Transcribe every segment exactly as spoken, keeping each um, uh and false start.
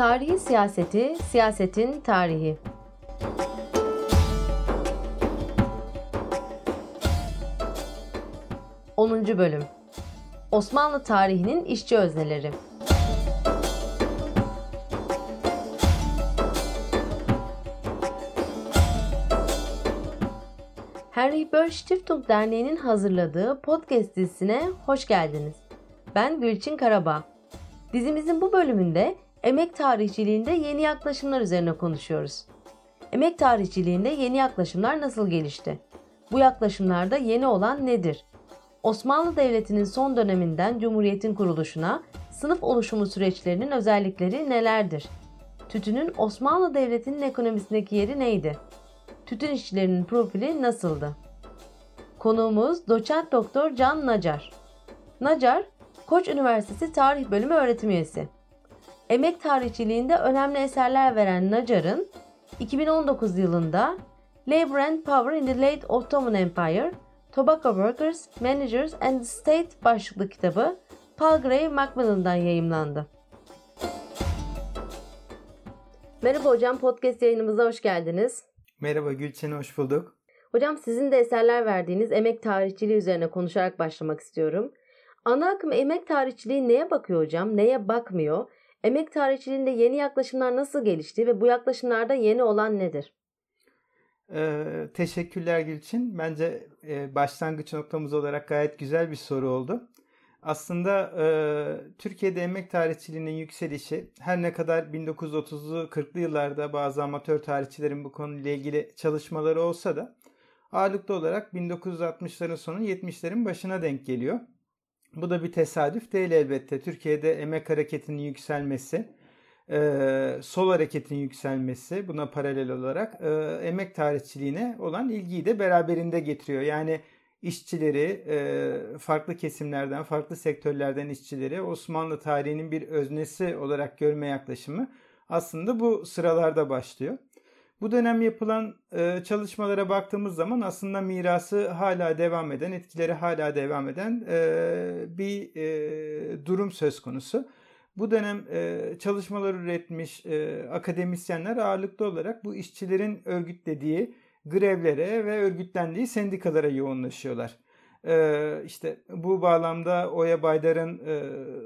Tarihi siyaseti, siyasetin tarihi. onuncu bölüm. Osmanlı tarihinin işçi özneleri. Henry Böll Stiftung Derneği'nin hazırladığı podcast dizisine hoş geldiniz. Ben Gülçin Karabağ. Dizimizin bu bölümünde emek tarihçiliğinde yeni yaklaşımlar üzerine konuşuyoruz. Emek tarihçiliğinde yeni yaklaşımlar nasıl gelişti? Bu yaklaşımlarda yeni olan nedir? Osmanlı Devleti'nin son döneminden Cumhuriyet'in kuruluşuna sınıf oluşumu süreçlerinin özellikleri nelerdir? Tütünün Osmanlı Devleti'nin ekonomisindeki yeri neydi? Tütün işçilerinin profili nasıldı? Konuğumuz Doçent Doktor Can Nacar. Nacar, Koç Üniversitesi Tarih Bölümü öğretim üyesi. Emek tarihçiliğinde önemli eserler veren Nacar'ın iki bin on dokuz yılında Labor and Power in the Late Ottoman Empire, Tobacco Workers, Managers and the State başlıklı kitabı Palgrave Macmillan'dan yayımlandı. Merhaba hocam, podcast yayınımıza hoş geldiniz. Merhaba Gülçin, hoş bulduk. Hocam, sizin de eserler verdiğiniz emek tarihçiliği üzerine konuşarak başlamak istiyorum. Ana akım emek tarihçiliği neye bakıyor hocam, neye bakmıyor? Emek tarihçiliğinde yeni yaklaşımlar nasıl gelişti ve bu yaklaşımlarda yeni olan nedir? Ee, teşekkürler Gülçin. Bence e, başlangıç noktamız olarak gayet güzel bir soru oldu. Aslında e, Türkiye'de emek tarihçiliğinin yükselişi her ne kadar bin dokuz yüz otuzlu kırklı yıllarda bazı amatör tarihçilerin bu konuyla ilgili çalışmaları olsa da ağırlıklı olarak bin dokuz yüz altmışların sonu yetmişlerin başına denk geliyor. Bu da bir tesadüf değil elbette. Türkiye'de emek hareketinin yükselmesi, e, sol hareketin yükselmesi, buna paralel olarak e, emek tarihçiliğine olan ilgiyi de beraberinde getiriyor. Yani işçileri, e, farklı kesimlerden, farklı sektörlerden işçileri Osmanlı tarihinin bir öznesi olarak görme yaklaşımı aslında bu sıralarda başlıyor. Bu dönem yapılan e, çalışmalara baktığımız zaman aslında mirası hala devam eden, etkileri hala devam eden e, bir e, durum söz konusu. Bu dönem e, çalışmalar üretmiş e, akademisyenler ağırlıklı olarak bu işçilerin örgütlediği grevlere ve örgütlendiği sendikalara yoğunlaşıyorlar. E, işte bu bağlamda Oya Baydar'ın e,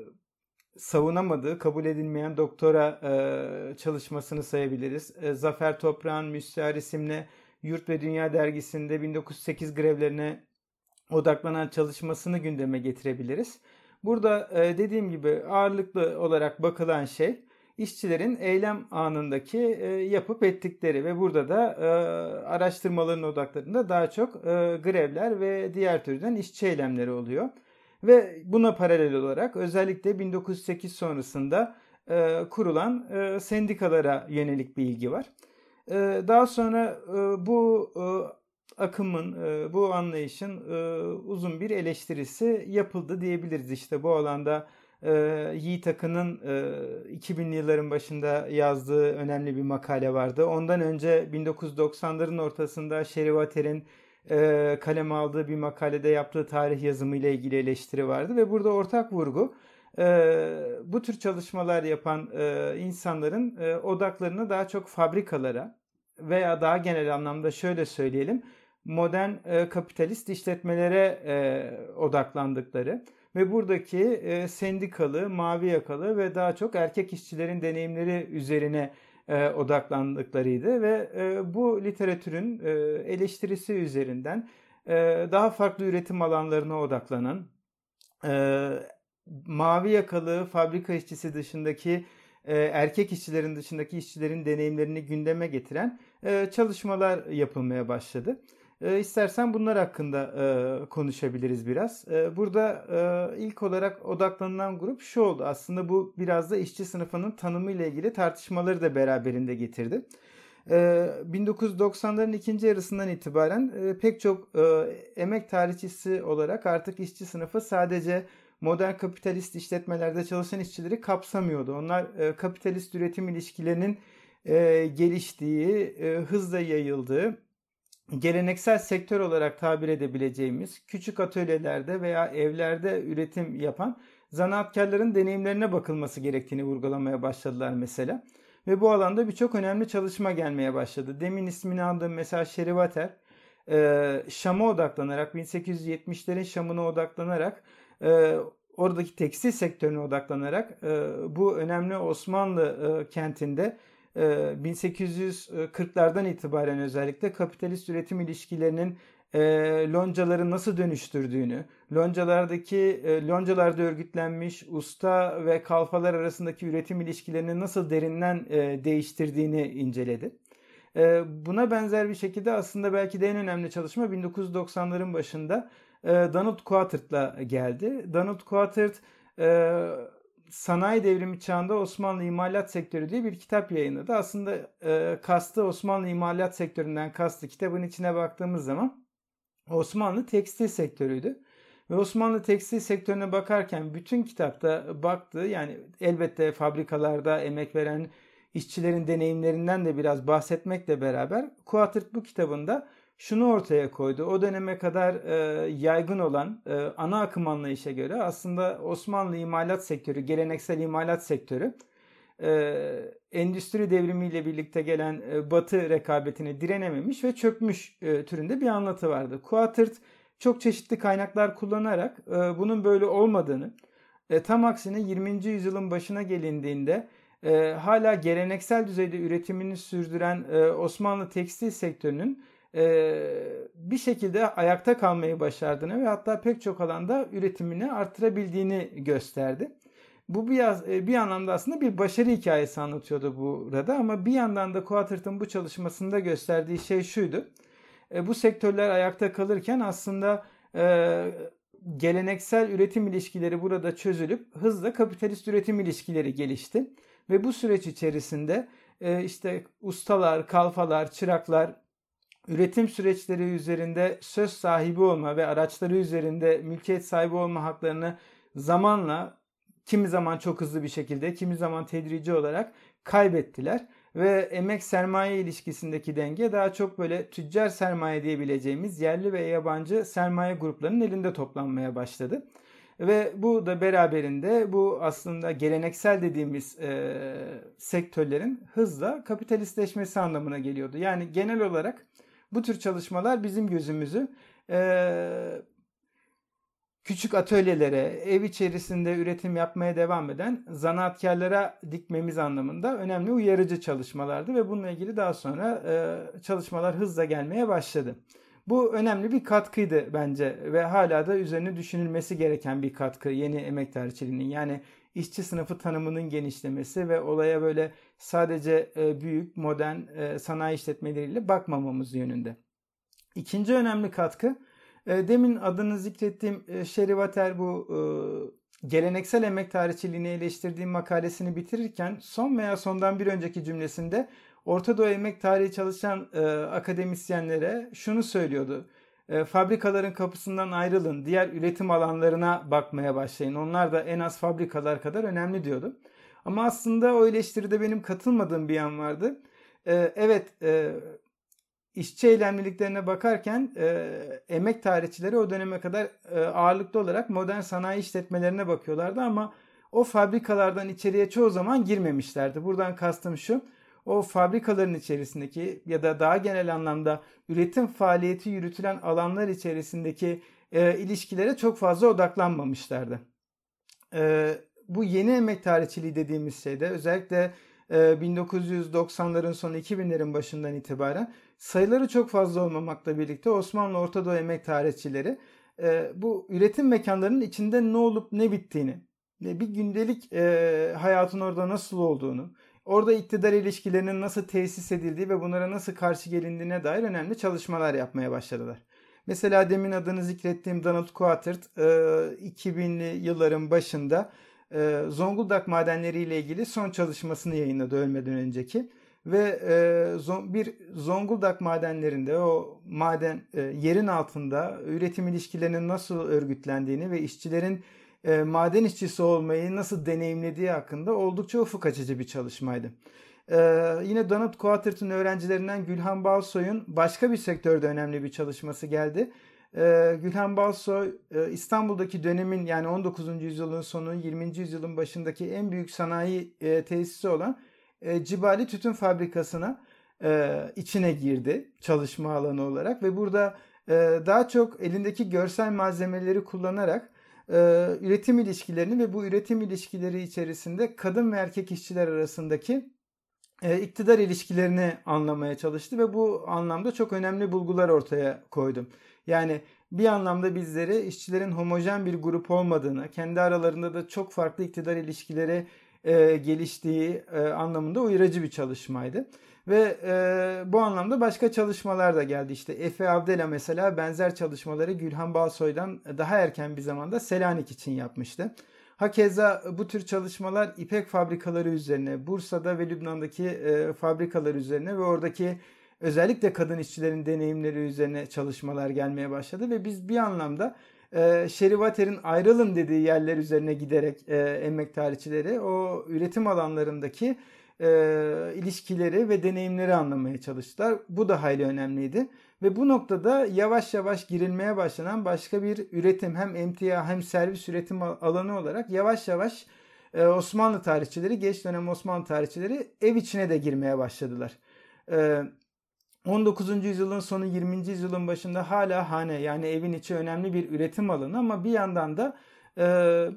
savunamadığı, kabul edilmeyen doktora e, çalışmasını sayabiliriz. E, Zafer Toprak'ın Müstehar isimli Yurt ve Dünya dergisinde bin dokuz yüz sekiz grevlerine odaklanan çalışmasını gündeme getirebiliriz. Burada e, dediğim gibi ağırlıklı olarak bakılan şey işçilerin eylem anındaki e, yapıp ettikleri ve burada da e, araştırmaların odaklarında daha çok e, grevler ve diğer türden işçi eylemleri oluyor. Ve buna paralel olarak özellikle bin dokuz yüz sekiz sonrasında e, kurulan e, sendikalara yönelik bir ilgi var. E, daha sonra e, bu e, akımın, e, bu anlayışın e, uzun bir eleştirisi yapıldı diyebiliriz. İşte bu alanda e, Yiğit Akın'ın e, iki binli yılların başında yazdığı önemli bir makale vardı. Ondan önce bin dokuz yüz doksanların ortasında Şerivater'in E, kaleme aldığı bir makalede yaptığı tarih yazımı ile ilgili eleştiri vardı ve burada ortak vurgu e, bu tür çalışmalar yapan e, insanların e, odaklarını daha çok fabrikalara veya daha genel anlamda şöyle söyleyelim modern e, kapitalist işletmelere e, odaklandıkları ve buradaki e, sendikalı, mavi yakalı ve daha çok erkek işçilerin deneyimleri üzerine E, odaklandıklarıydı ve e, bu literatürün e, eleştirisi üzerinden e, daha farklı üretim alanlarına odaklanan e, mavi yakalı fabrika işçisi dışındaki e, erkek işçilerin dışındaki işçilerin deneyimlerini gündeme getiren e, çalışmalar yapılmaya başladı. E, istersen bunlar hakkında e, konuşabiliriz biraz. E, burada e, ilk olarak odaklanılan grup şu oldu. Aslında bu biraz da işçi sınıfının tanımı ile ilgili tartışmaları da beraberinde getirdi. E, bin dokuz yüz doksanların ikinci yarısından itibaren e, pek çok e, emek tarihçisi olarak artık işçi sınıfı sadece modern kapitalist işletmelerde çalışan işçileri kapsamıyordu. Onlar e, kapitalist üretim ilişkilerinin e, geliştiği, e, hızla yayıldığı geleneksel sektör olarak tabir edebileceğimiz küçük atölyelerde veya evlerde üretim yapan zanaatkarların deneyimlerine bakılması gerektiğini vurgulamaya başladılar mesela. Ve bu alanda birçok önemli çalışma gelmeye başladı. Demin ismini andığım mesela Şerivater, Şam'a odaklanarak, bin sekiz yüz yetmişlerin Şam'ına odaklanarak, oradaki tekstil sektörüne odaklanarak bu önemli Osmanlı kentinde bin sekiz yüz kırklardan itibaren özellikle kapitalist üretim ilişkilerinin loncaları nasıl dönüştürdüğünü, loncalardaki loncalarda örgütlenmiş usta ve kalfalar arasındaki üretim ilişkilerini nasıl derinden değiştirdiğini inceledi. Buna benzer bir şekilde aslında belki de en önemli çalışma bin dokuz yüz doksanların başında Donald Courtault'la geldi. Donald Courtault Sanayi Devrimi Çağında Osmanlı İmalat Sektörü diye bir kitap yayınladı. Aslında e, kastı Osmanlı İmalat Sektörü'nden kastı kitabın içine baktığımız zaman Osmanlı tekstil sektörüydü. Ve Osmanlı tekstil sektörüne bakarken bütün kitapta baktığı, yani elbette fabrikalarda emek veren işçilerin deneyimlerinden de biraz bahsetmekle beraber Courtault bu kitabında şunu ortaya koydu. O döneme kadar e, yaygın olan e, ana akım anlayışa göre aslında Osmanlı imalat sektörü, geleneksel imalat sektörü e, endüstri devrimiyle birlikte gelen e, Batı rekabetine direnememiş ve çökmüş e, türünde bir anlatı vardı. Courtault çok çeşitli kaynaklar kullanarak e, bunun böyle olmadığını, e, tam aksine yirminci yüzyılın başına gelindiğinde e, hala geleneksel düzeyde üretimini sürdüren e, Osmanlı tekstil sektörünün bir şekilde ayakta kalmayı başardığını ve hatta pek çok alanda üretimini artırabildiğini gösterdi. Bu bir, bir anlamda aslında bir başarı hikayesi anlatıyordu burada, ama bir yandan da Courtault'un bu çalışmasında gösterdiği şey şuydu. Bu sektörler ayakta kalırken aslında geleneksel üretim ilişkileri burada çözülüp hızla kapitalist üretim ilişkileri gelişti. Ve bu süreç içerisinde işte ustalar, kalfalar, çıraklar üretim süreçleri üzerinde söz sahibi olma ve araçları üzerinde mülkiyet sahibi olma haklarını zamanla, kimi zaman çok hızlı bir şekilde, kimi zaman tedrici olarak kaybettiler. Ve emek sermaye ilişkisindeki denge daha çok böyle tüccar sermaye diyebileceğimiz yerli ve yabancı sermaye gruplarının elinde toplanmaya başladı. Ve bu da beraberinde bu aslında geleneksel dediğimiz e, sektörlerin hızla kapitalistleşmesi anlamına geliyordu. Yani genel olarak bu tür çalışmalar bizim gözümüzü e, küçük atölyelere, ev içerisinde üretim yapmaya devam eden zanaatkarlara dikmemiz anlamında önemli uyarıcı çalışmalardı ve bununla ilgili daha sonra e, çalışmalar hızla gelmeye başladı. Bu önemli bir katkıydı bence ve hala da üzerine düşünülmesi gereken bir katkı yeni emek tarihçiliğinin. Yani işçi sınıfı tanımının genişlemesi ve olaya böyle sadece büyük modern sanayi işletmeleriyle bakmamamız yönünde. İkinci önemli katkı, demin adını zikrettiğim Şerivater bu geleneksel emek tarihçiliğini eleştirdiğim makalesini bitirirken son veya sondan bir önceki cümlesinde Orta Doğu emek tarihi çalışan e, akademisyenlere şunu söylüyordu. E, fabrikaların kapısından ayrılın, diğer üretim alanlarına bakmaya başlayın. Onlar da en az fabrikalar kadar önemli diyordu. Ama aslında o eleştiride benim katılmadığım bir yan vardı. E, evet, e, işçi eylemliliklerine bakarken e, emek tarihçileri o döneme kadar e, ağırlıklı olarak modern sanayi işletmelerine bakıyorlardı ama o fabrikalardan içeriye çoğu zaman girmemişlerdi. Buradan kastım şu. O fabrikaların içerisindeki ya da daha genel anlamda üretim faaliyeti yürütülen alanlar içerisindeki e, ilişkilere çok fazla odaklanmamışlardı. E, bu yeni emek tarihçiliği dediğimiz şeyde özellikle e, bin dokuz yüz doksanların sonu iki binlerin başından itibaren sayıları çok fazla olmamakla birlikte Osmanlı Orta Doğu emek tarihçileri e, bu üretim mekanlarının içinde ne olup ne bittiğini, bir gündelik e, hayatın orada nasıl olduğunu, orada iktidar ilişkilerinin nasıl tesis edildiği ve bunlara nasıl karşı gelindiğine dair önemli çalışmalar yapmaya başladılar. Mesela demin adını zikrettiğim Donald Courtault iki binli yılların başında Zonguldak madenleri ile ilgili son çalışmasını yayınladı ölmeden önceki. Ve bir Zonguldak madenlerinde o maden yerin altında üretim ilişkilerinin nasıl örgütlendiğini ve işçilerin maden işçisi olmayı nasıl deneyimlediği hakkında oldukça ufuk açıcı bir çalışmaydı. Ee, yine Donut Quarterton öğrencilerinden Gülhan Balsoy'un başka bir sektörde önemli bir çalışması geldi. Ee, Gülhan Balsoy e, İstanbul'daki dönemin yani on dokuzuncu yüzyılın sonu yirminci yüzyılın başındaki en büyük sanayi e, tesisi olan e, Cibali Tütün Fabrikası'na e, içine girdi çalışma alanı olarak ve burada e, daha çok elindeki görsel malzemeleri kullanarak e, üretim ilişkilerini ve bu üretim ilişkileri içerisinde kadın ve erkek işçiler arasındaki e, iktidar ilişkilerini anlamaya çalıştı ve bu anlamda çok önemli bulgular ortaya koydu. Yani bir anlamda bizleri işçilerin homojen bir grup olmadığını, kendi aralarında da çok farklı iktidar ilişkileri e, geliştiği e, anlamında uyarıcı bir çalışmaydı. Ve e, bu anlamda başka çalışmalar da geldi. İşte Efe Avdela mesela benzer çalışmaları Gülhan Balsoy'dan daha erken bir zamanda Selanik için yapmıştı. Hakeza bu tür çalışmalar ipek fabrikaları üzerine, Bursa'da ve Lübnan'daki e, fabrikalar üzerine ve oradaki özellikle kadın işçilerin deneyimleri üzerine çalışmalar gelmeye başladı ve biz bir anlamda e, Şerivater'in ayrılın dediği yerler üzerine giderek e, emek tarihçileri o üretim alanlarındaki e, ilişkileri ve deneyimleri anlamaya çalıştılar. Bu da hayli önemliydi. Ve bu noktada yavaş yavaş girilmeye başlanan başka bir üretim hem emtia hem servis üretim alanı olarak yavaş yavaş e, Osmanlı tarihçileri, geç dönem Osmanlı tarihçileri ev içine de girmeye başladılar. E, on dokuzuncu yüzyılın sonu yirminci yüzyılın başında hala hane yani evin içi önemli bir üretim alanı ama bir yandan da e,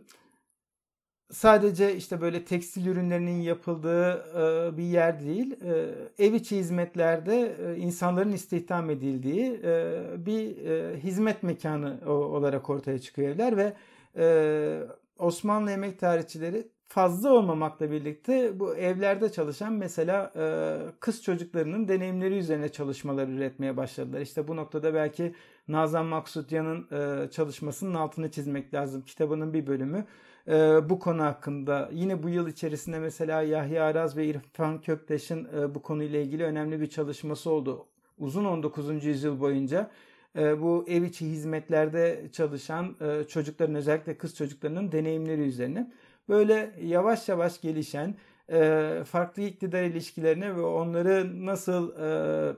sadece işte böyle tekstil ürünlerinin yapıldığı e, bir yer değil, e, ev içi hizmetlerde e, insanların istihdam edildiği e, bir e, hizmet mekanı o, olarak ortaya çıkıyor evler ve e, Osmanlı emek tarihçileri fazla olmamakla birlikte bu evlerde çalışan mesela e, kız çocuklarının deneyimleri üzerine çalışmalar üretmeye başladılar. İşte bu noktada belki Nazan Maksutyan'ın e, çalışmasının altını çizmek lazım. Kitabının bir bölümü e, bu konu hakkında. Yine bu yıl içerisinde mesela Yahya Araz ve İrfan Köktaş'ın e, bu konuyla ilgili önemli bir çalışması oldu. Uzun on dokuzuncu yüzyıl boyunca e, bu ev içi hizmetlerde çalışan e, çocukların özellikle kız çocuklarının deneyimleri üzerine. Böyle yavaş yavaş gelişen e, farklı iktidar ilişkilerine ve onları nasıl e,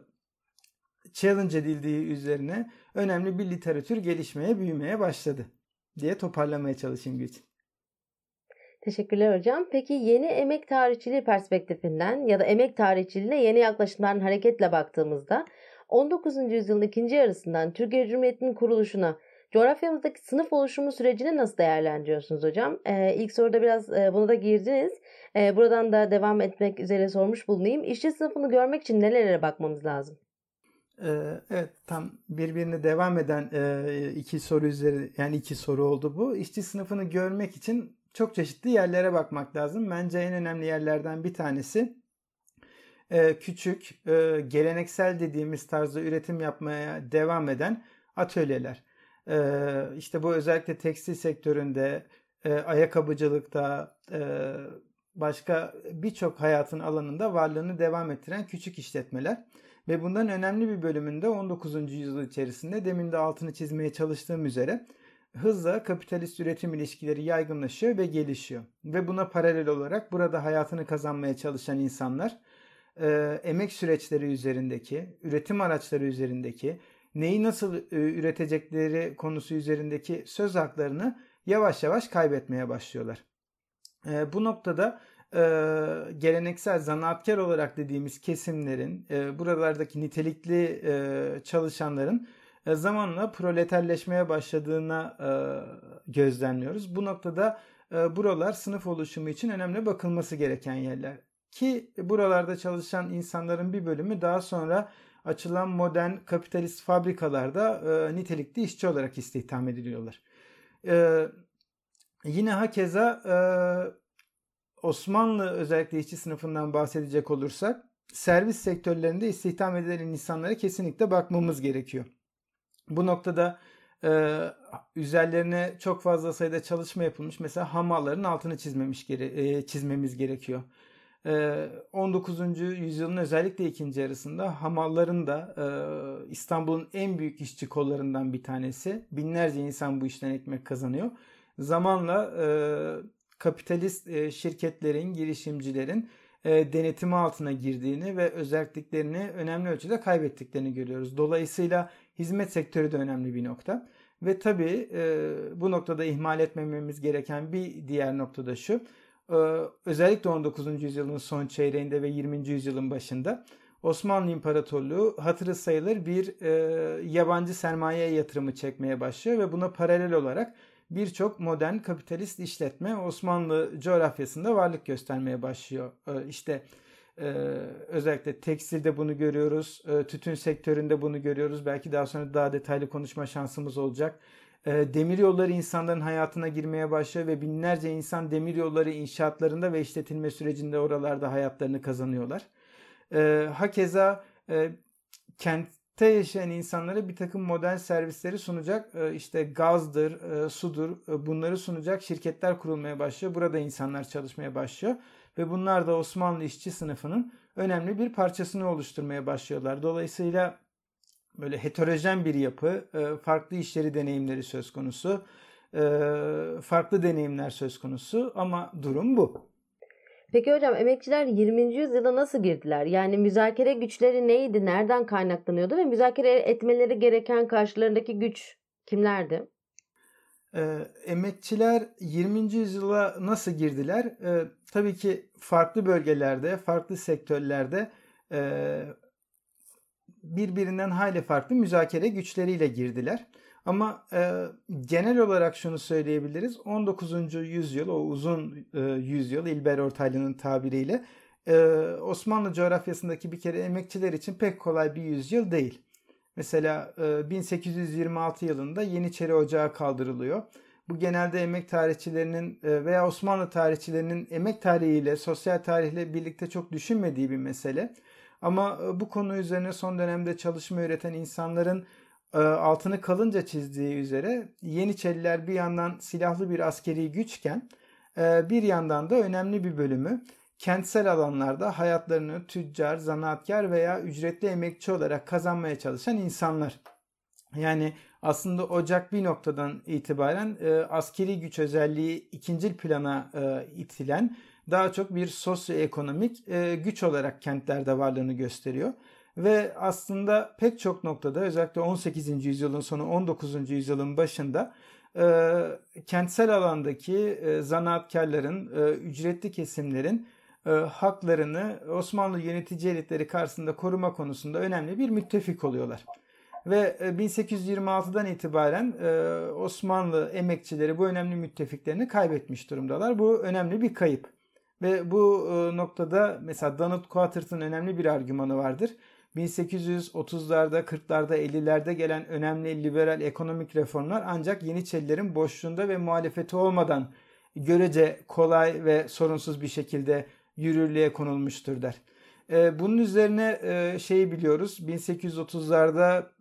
challenge edildiği üzerine önemli bir literatür gelişmeye, büyümeye başladı diye toparlamaya çalışayım Gülçin. Teşekkürler hocam. Peki yeni emek tarihçiliği perspektifinden ya da emek tarihçiliğine yeni yaklaşımların hareketle baktığımızda on dokuzuncu yüzyılın ikinci yarısından Türkiye Cumhuriyeti'nin kuruluşuna coğrafyamızdaki sınıf oluşumu sürecini nasıl değerlendiriyorsunuz hocam? Ee, ilk soruda biraz e, buna da girdiniz. E, buradan da devam etmek üzere sormuş bulunayım. İşçi sınıfını görmek için nelere bakmamız lazım? Ee, evet, tam birbirine devam eden e, iki soru üzeri yani iki soru oldu bu. İşçi sınıfını görmek için çok çeşitli yerlere bakmak lazım. Bence en önemli yerlerden bir tanesi e, küçük, e, geleneksel dediğimiz tarzda üretim yapmaya devam eden atölyeler. E, işte bu özellikle tekstil sektöründe, e, ayakkabıcılıkta, e, başka birçok hayatın alanında varlığını devam ettiren küçük işletmeler. Ve bundan önemli bir bölümünde on dokuzuncu yüzyıl içerisinde demin de altını çizmeye çalıştığım üzere hızla kapitalist üretim ilişkileri yaygınlaşıyor ve gelişiyor. Ve buna paralel olarak burada hayatını kazanmaya çalışan insanlar e, emek süreçleri üzerindeki, üretim araçları üzerindeki, neyi nasıl e, üretecekleri konusu üzerindeki söz haklarını yavaş yavaş kaybetmeye başlıyorlar. E, bu noktada e, geleneksel zanaatkar olarak dediğimiz kesimlerin, e, buralardaki nitelikli e, çalışanların e, zamanla proleterleşmeye başladığına e, gözlemliyoruz. Bu noktada e, buralar sınıf oluşumu için önemli bakılması gereken yerler. Ki buralarda çalışan insanların bir bölümü daha sonra açılan modern kapitalist fabrikalarda e, nitelikli işçi olarak istihdam ediliyorlar. E, yine hakeza e, Osmanlı özellikle işçi sınıfından bahsedecek olursak servis sektörlerinde istihdam edilen insanlara kesinlikle bakmamız gerekiyor. Bu noktada e, üzerlerine çok fazla sayıda çalışma yapılmış. Mesela hamalların altını çizmemiş gere e, çizmemiz gerekiyor. E, on dokuzuncu yüzyılın özellikle ikinci yarısında hamalların da e, İstanbul'un en büyük işçi kollarından bir tanesi. Binlerce insan bu işten ekmek kazanıyor. Zamanla e, kapitalist e, şirketlerin, girişimcilerin e, denetimi altına girdiğini ve özelliklerini önemli ölçüde kaybettiklerini görüyoruz. Dolayısıyla hizmet sektörü de önemli bir nokta. Ve tabii e, bu noktada ihmal etmememiz gereken bir diğer nokta da şu. E, özellikle on dokuzuncu yüzyılın son çeyreğinde ve yirminci yüzyılın başında Osmanlı İmparatorluğu hatırı sayılır bir e, yabancı sermaye yatırımı çekmeye başlıyor ve buna paralel olarak birçok modern kapitalist işletme Osmanlı coğrafyasında varlık göstermeye başlıyor. E, işte e, özellikle tekstilde bunu görüyoruz, e, tütün sektöründe bunu görüyoruz. Belki daha sonra daha detaylı konuşma şansımız olacak. E, demir yolları insanların hayatına girmeye başlıyor ve binlerce insan demir yolları inşaatlarında ve işletilme sürecinde oralarda hayatlarını kazanıyorlar. E, hakeza e, kentte yaşayan insanlara bir takım modern servisleri sunacak e, işte gazdır, e, sudur e, bunları sunacak şirketler kurulmaya başlıyor. Burada insanlar çalışmaya başlıyor ve bunlar da Osmanlı işçi sınıfının önemli bir parçasını oluşturmaya başlıyorlar. Dolayısıyla böyle heterojen bir yapı, e, farklı işleri deneyimleri söz konusu, e, farklı deneyimler söz konusu ama durum bu. Peki hocam, emekçiler yirminci yüzyıla nasıl girdiler? Yani müzakere güçleri neydi? Nereden kaynaklanıyordu ve müzakere etmeleri gereken karşılarındaki güç kimlerdi? Ee, emekçiler yirminci yüzyıla nasıl girdiler? Ee, tabii ki farklı bölgelerde, farklı sektörlerde e, birbirinden hayli farklı müzakere güçleriyle girdiler. Ama e, genel olarak şunu söyleyebiliriz. on dokuzuncu yüzyıl, o uzun e, yüzyıl İlber Ortaylı'nın tabiriyle e, Osmanlı coğrafyasındaki bir kere emekçiler için pek kolay bir yüzyıl değil. Mesela e, bin sekiz yüz yirmi altı yılında Yeniçeri Ocağı kaldırılıyor. Bu genelde emek tarihçilerinin e, veya Osmanlı tarihçilerinin emek tarihiyle, sosyal tarihle birlikte çok düşünmediği bir mesele. Ama e, bu konu üzerine son dönemde çalışma üreten insanların altını kalınca çizdiği üzere Yeniçeriler bir yandan silahlı bir askeri güçken bir yandan da önemli bir bölümü kentsel alanlarda hayatlarını tüccar, zanaatkar veya ücretli emekçi olarak kazanmaya çalışan insanlar. Yani aslında Ocak bir noktadan itibaren askeri güç özelliği ikincil plana itilen daha çok bir sosyoekonomik güç olarak kentlerde varlığını gösteriyor. Ve aslında pek çok noktada özellikle on sekizinci yüzyılın sonu on dokuzuncu yüzyılın başında e, kentsel alandaki e, zanaatkarların, e, ücretli kesimlerin e, haklarını Osmanlı yönetici elitleri karşısında koruma konusunda önemli bir müttefik oluyorlar. Ve e, bin sekiz yüz yirmi altıdan itibaren e, Osmanlı emekçileri bu önemli müttefiklerini kaybetmiş durumdalar. Bu önemli bir kayıp. Ve bu e, noktada mesela Donald Quatert'ın önemli bir argümanı vardır. bin sekiz yüz otuzlarda, kırklarda, ellilerde gelen önemli liberal ekonomik reformlar ancak Yeniçerilerin boşluğunda ve muhalefeti olmadan görece kolay ve sorunsuz bir şekilde yürürlüğe konulmuştur der. E, bunun üzerine e, şeyi biliyoruz. bin sekiz yüz otuzlarda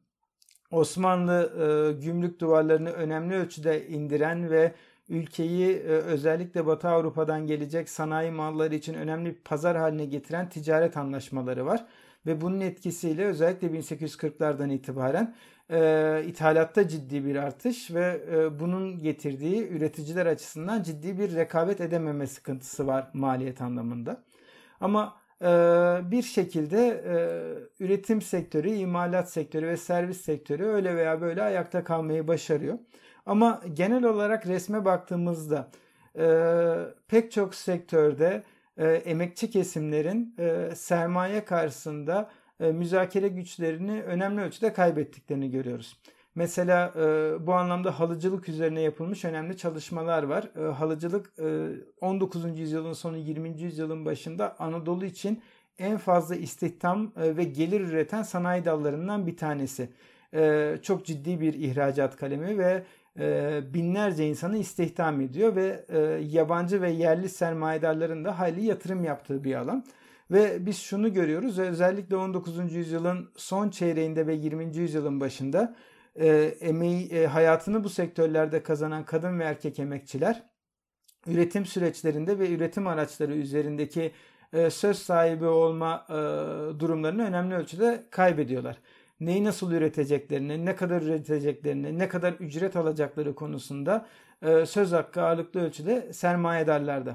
Osmanlı e, gümrük duvarlarını önemli ölçüde indiren ve ülkeyi e, özellikle Batı Avrupa'dan gelecek sanayi malları için önemli bir pazar haline getiren ticaret anlaşmaları var. Ve bunun etkisiyle özellikle bin sekiz yüz kırklardan itibaren e, ithalatta ciddi bir artış ve e, bunun getirdiği üreticiler açısından ciddi bir rekabet edememe sıkıntısı var maliyet anlamında. Ama e, bir şekilde e, üretim sektörü, imalat sektörü ve servis sektörü öyle veya böyle ayakta kalmayı başarıyor. Ama genel olarak resme baktığımızda e, pek çok sektörde e, emekçi kesimlerin e, sermaye karşısında e, müzakere güçlerini önemli ölçüde kaybettiklerini görüyoruz. Mesela e, bu anlamda halıcılık üzerine yapılmış önemli çalışmalar var. E, halıcılık e, on dokuzuncu yüzyılın sonu yirminci yüzyılın başında Anadolu için en fazla istihdam e, ve gelir üreten sanayi dallarından bir tanesi. E, çok ciddi bir ihracat kalemi ve e, binlerce insanı istihdam ediyor ve e, yabancı ve yerli sermayedarların da hayli yatırım yaptığı bir alan. Ve biz şunu görüyoruz, özellikle on dokuzuncu yüzyılın son çeyreğinde ve yirminci yüzyılın başında e, emeği, e, hayatını bu sektörlerde kazanan kadın ve erkek emekçiler üretim süreçlerinde ve üretim araçları üzerindeki e, söz sahibi olma e, durumlarını önemli ölçüde kaybediyorlar. Neyi nasıl üreteceklerini, ne kadar üreteceklerini, ne kadar ücret alacakları konusunda e, söz hakkı ağırlıklı ölçüde sermayedarlarda.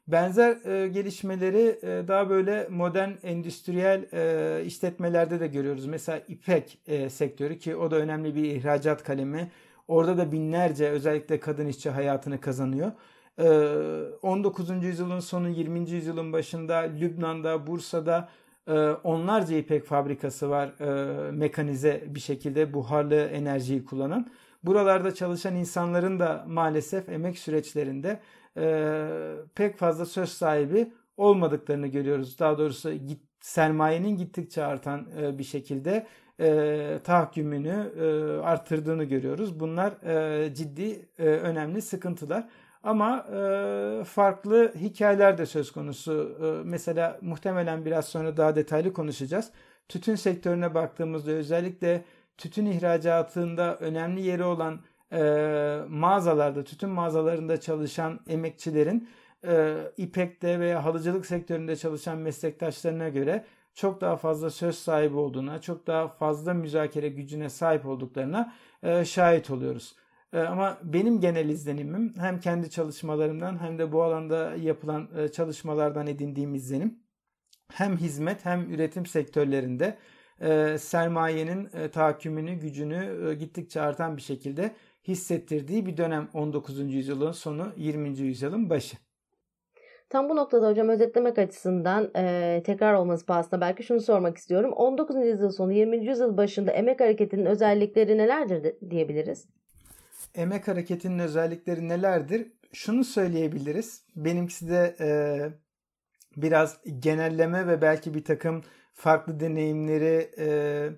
Benzer e, gelişmeleri e, daha böyle modern endüstriyel e, işletmelerde de görüyoruz. Mesela İpek e, sektörü, ki o da önemli bir ihracat kalemi. Orada da binlerce özellikle kadın işçi hayatını kazanıyor. E, on dokuzuncu yüzyılın sonu, yirminci yüzyılın başında Lübnan'da, Bursa'da e, onlarca İpek fabrikası var, e, mekanize bir şekilde buharlı enerjiyi kullanan. Buralarda çalışan insanların da maalesef emek süreçlerinde e, pek fazla söz sahibi olmadıklarını görüyoruz. Daha doğrusu git, sermayenin gittikçe artan e, bir şekilde e, tahakkümünü e, arttırdığını görüyoruz. Bunlar e, ciddi, e, önemli sıkıntılar. Ama e, farklı hikayeler de söz konusu. E, mesela muhtemelen biraz sonra daha detaylı konuşacağız. Tütün sektörüne baktığımızda özellikle tütün ihracatında önemli yeri olan e, mağazalarda, tütün mağazalarında çalışan emekçilerin e, İpek'te veya halıcılık sektöründe çalışan meslektaşlarına göre çok daha fazla söz sahibi olduğuna, çok daha fazla müzakere gücüne sahip olduklarına e, şahit oluyoruz. E, ama benim genel izlenimim, hem kendi çalışmalarımdan hem de bu alanda yapılan e, çalışmalardan edindiğim izlenim, hem hizmet hem üretim sektörlerinde e, sermayenin e, tahakkümünü, gücünü e, gittikçe artan bir şekilde hissettirdiği bir dönem on dokuzuncu yüzyılın sonu, yirminci yüzyılın başı. Tam bu noktada hocam özetlemek açısından e, tekrar olması pahasına belki şunu sormak istiyorum. on dokuzuncu yüzyıl sonu, yirminci yüzyıl başında emek hareketinin özellikleri nelerdir de, diyebiliriz? Emek hareketinin özellikleri nelerdir? Şunu söyleyebiliriz. Benimkisi de e, biraz genelleme ve belki bir takım farklı deneyimleri e,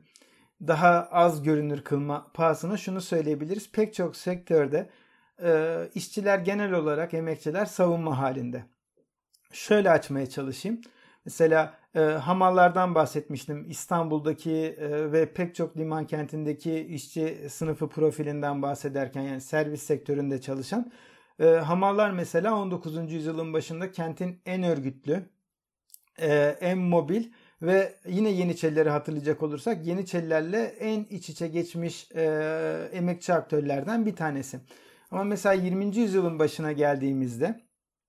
daha az görünür kılma pahasına şunu söyleyebiliriz. Pek çok sektörde e, işçiler genel olarak, emekçiler savunma halinde. Şöyle açmaya çalışayım. Mesela e, hamallardan bahsetmiştim. İstanbul'daki e, ve pek çok liman kentindeki işçi sınıfı profilinden bahsederken, yani servis sektöründe çalışan e, hamallar mesela on dokuzuncu yüzyılın başında kentin en örgütlü, e, en mobil ve yine Yeniçerileri hatırlayacak olursak Yeniçerilerle en iç içe geçmiş e, emekçi aktörlerden bir tanesi. Ama mesela yirminci yüzyılın başına geldiğimizde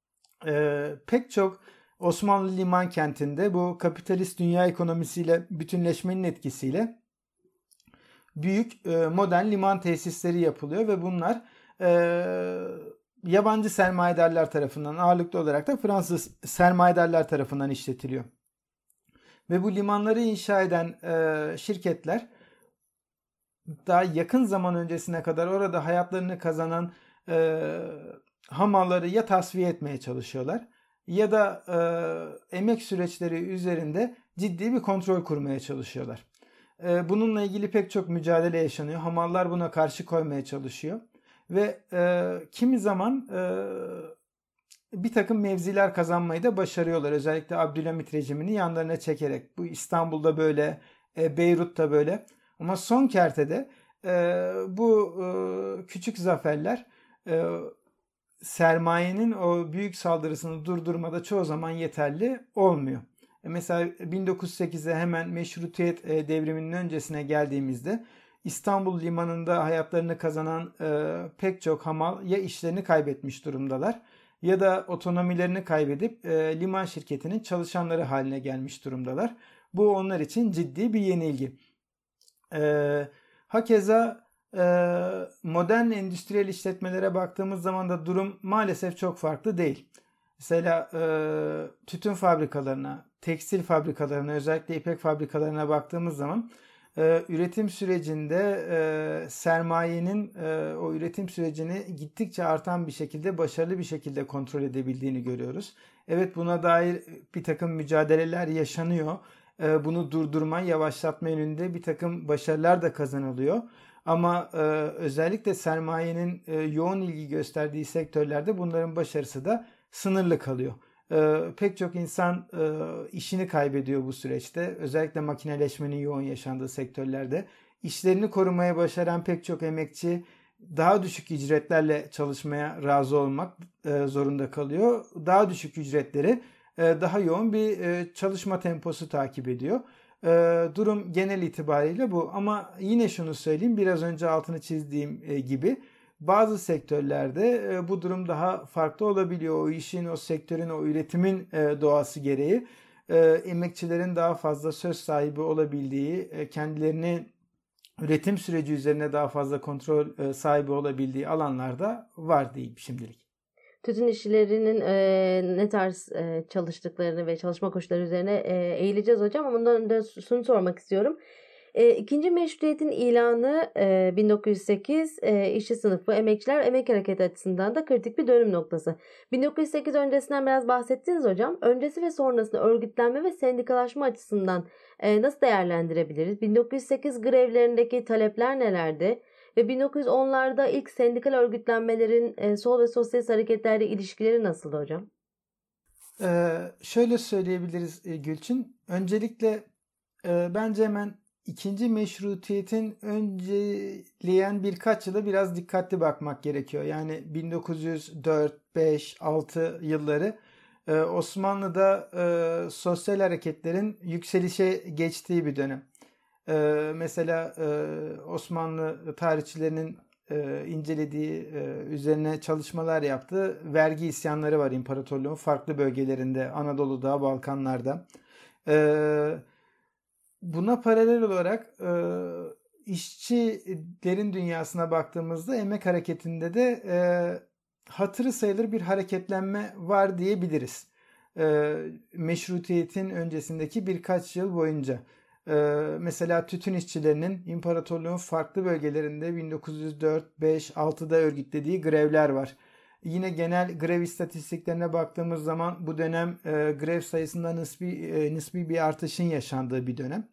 e, pek çok Osmanlı liman kentinde bu kapitalist dünya ekonomisiyle bütünleşmenin etkisiyle büyük e, modern liman tesisleri yapılıyor ve bunlar e, yabancı sermayedarlar tarafından, ağırlıklı olarak da Fransız sermayedarlar tarafından işletiliyor. Ve bu limanları inşa eden e, şirketler daha yakın zaman öncesine kadar orada hayatlarını kazanan e, hamalları ya tasfiye etmeye çalışıyorlar ya da e, emek süreçleri üzerinde ciddi bir kontrol kurmaya çalışıyorlar. E, bununla ilgili pek çok mücadele yaşanıyor. Hamallar buna karşı koymaya çalışıyor. Ve e, kimi zaman e, bir takım mevziler kazanmayı da başarıyorlar. Özellikle Abdülhamit rejimini yanlarına çekerek. Bu İstanbul'da böyle, e, Beyrut'ta böyle. Ama son kertede e, bu e, küçük zaferler e, sermayenin o büyük saldırısını durdurmada çoğu zaman yeterli olmuyor. E mesela bin dokuz yüz sekize hemen Meşrutiyet e, devriminin öncesine geldiğimizde İstanbul limanında hayatlarını kazanan e, pek çok hamal ya işlerini kaybetmiş durumdalar ya da otonomilerini kaybedip e, liman şirketinin çalışanları haline gelmiş durumdalar. Bu onlar için ciddi bir yenilgi. E, hakeza e, modern endüstriyel işletmelere baktığımız zaman da durum maalesef çok farklı değil. Mesela e, tütün fabrikalarına, tekstil fabrikalarına, özellikle ipek fabrikalarına baktığımız zaman e, üretim sürecinde e, sermayenin e, o üretim sürecini gittikçe artan bir şekilde, başarılı bir şekilde kontrol edebildiğini görüyoruz. Evet, buna dair bir takım mücadeleler yaşanıyor. E, bunu durdurma, yavaşlatma yönünde bir takım başarılar da kazanılıyor. Ama e, özellikle sermayenin e, yoğun ilgi gösterdiği sektörlerde bunların başarısı da sınırlı kalıyor. Ee, pek çok insan e, işini kaybediyor bu süreçte. Özellikle makineleşmenin yoğun yaşandığı sektörlerde. İşlerini korumaya başaran pek çok emekçi daha düşük ücretlerle çalışmaya razı olmak e, zorunda kalıyor. Daha düşük ücretleri e, daha yoğun bir e, çalışma temposu takip ediyor. E, durum genel itibariyle bu. Ama yine şunu söyleyeyim, biraz önce altını çizdiğim e, gibi Bazı sektörlerde e, bu durum daha farklı olabiliyor. O işin, o sektörün, o üretimin e, doğası gereği e, emekçilerin daha fazla söz sahibi olabildiği, e, kendilerini üretim süreci üzerine daha fazla kontrol e, sahibi olabildiği alanlarda var diyeyim şimdilik. Tütün işçilerinin e, ne tarz e, çalıştıklarını ve çalışma koşulları üzerine e, eğileceğiz hocam. Ama ondan önce şunu sormak istiyorum. E, ikinci meşrutiyetin ilanı e, bin dokuz yüz sekiz e, işçi sınıfı, emekçiler, emek hareketi açısından da kritik bir dönüm noktası. bin dokuz yüz sekiz öncesinden biraz bahsettiniz hocam. Öncesi ve sonrasında örgütlenme ve sendikalaşma açısından e, nasıl değerlendirebiliriz? bin dokuz yüz sekiz grevlerindeki talepler nelerdi? Ve bin dokuz yüz onlarda ilk sendikal örgütlenmelerin e, sol ve sosyalist hareketlerle ilişkileri nasıldı hocam? Ee, şöyle söyleyebiliriz e, Gülçin. Öncelikle e, bence hemen ikinci meşrutiyetin önceleyen birkaç yıla biraz dikkatli bakmak gerekiyor. Yani bin dokuz yüz dört, beş, altı yılları e, Osmanlı'da e, sosyal hareketlerin yükselişe geçtiği bir dönem. E, mesela e, Osmanlı tarihçilerinin e, incelediği, e, üzerine çalışmalar yaptığı vergi isyanları var imparatorluğun farklı bölgelerinde, Anadolu'da, Balkanlar'da. E, buna paralel olarak e, işçilerin dünyasına baktığımızda emek hareketinde de e, hatırı sayılır bir hareketlenme var diyebiliriz. E, meşrutiyetin öncesindeki birkaç yıl boyunca. Mesela tütün işçilerinin imparatorluğun farklı bölgelerinde bin dokuz yüz dört, beş, altıda örgütlediği grevler var. Yine genel grev istatistiklerine baktığımız zaman bu dönem e, grev sayısında nispi, e, nispi bir artışın yaşandığı bir dönem.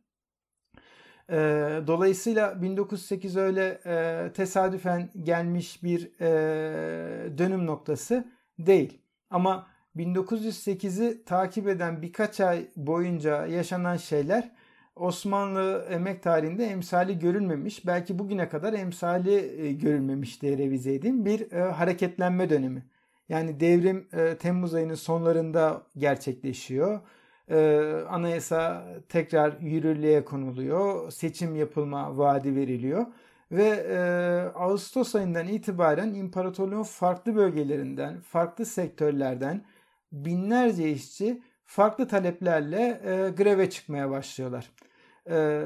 E, dolayısıyla bin dokuz yüz sekiz öyle e, tesadüfen gelmiş bir e, dönüm noktası değil. Ama bin dokuz yüz sekizi takip eden birkaç ay boyunca yaşanan şeyler Osmanlı emek tarihinde emsali görülmemiş, belki bugüne kadar emsali görülmemiş diye revize edeyim bir e, hareketlenme dönemi. Yani devrim e, Temmuz ayının sonlarında gerçekleşiyor. E, anayasa tekrar yürürlüğe konuluyor, seçim yapılma vaadi veriliyor ve e, Ağustos ayından itibaren imparatorluğun farklı bölgelerinden, farklı sektörlerden binlerce işçi farklı taleplerle e, greve çıkmaya başlıyorlar. E,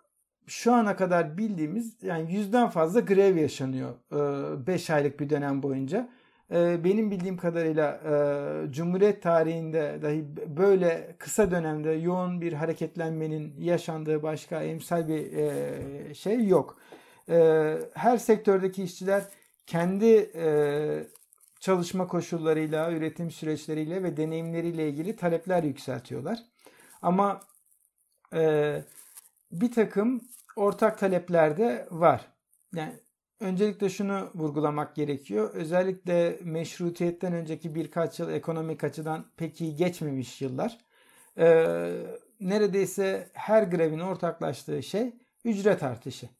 şu ana kadar bildiğimiz yani yüzden fazla grev yaşanıyor beş aylık bir dönem boyunca. E, benim bildiğim kadarıyla e, Cumhuriyet tarihinde dahi böyle kısa dönemde yoğun bir hareketlenmenin yaşandığı başka emsal bir e, şey yok. E, her sektördeki işçiler kendi e, çalışma koşullarıyla, üretim süreçleriyle ve deneyimleriyle ilgili talepler yükseltiyorlar. Ama e, bir takım ortak talepler de var. Yani öncelikle şunu vurgulamak gerekiyor. Özellikle meşrutiyetten önceki birkaç yıl ekonomik açıdan pek iyi geçmemiş yıllar. E, neredeyse her grevin ortaklaştığı şey ücret artışı.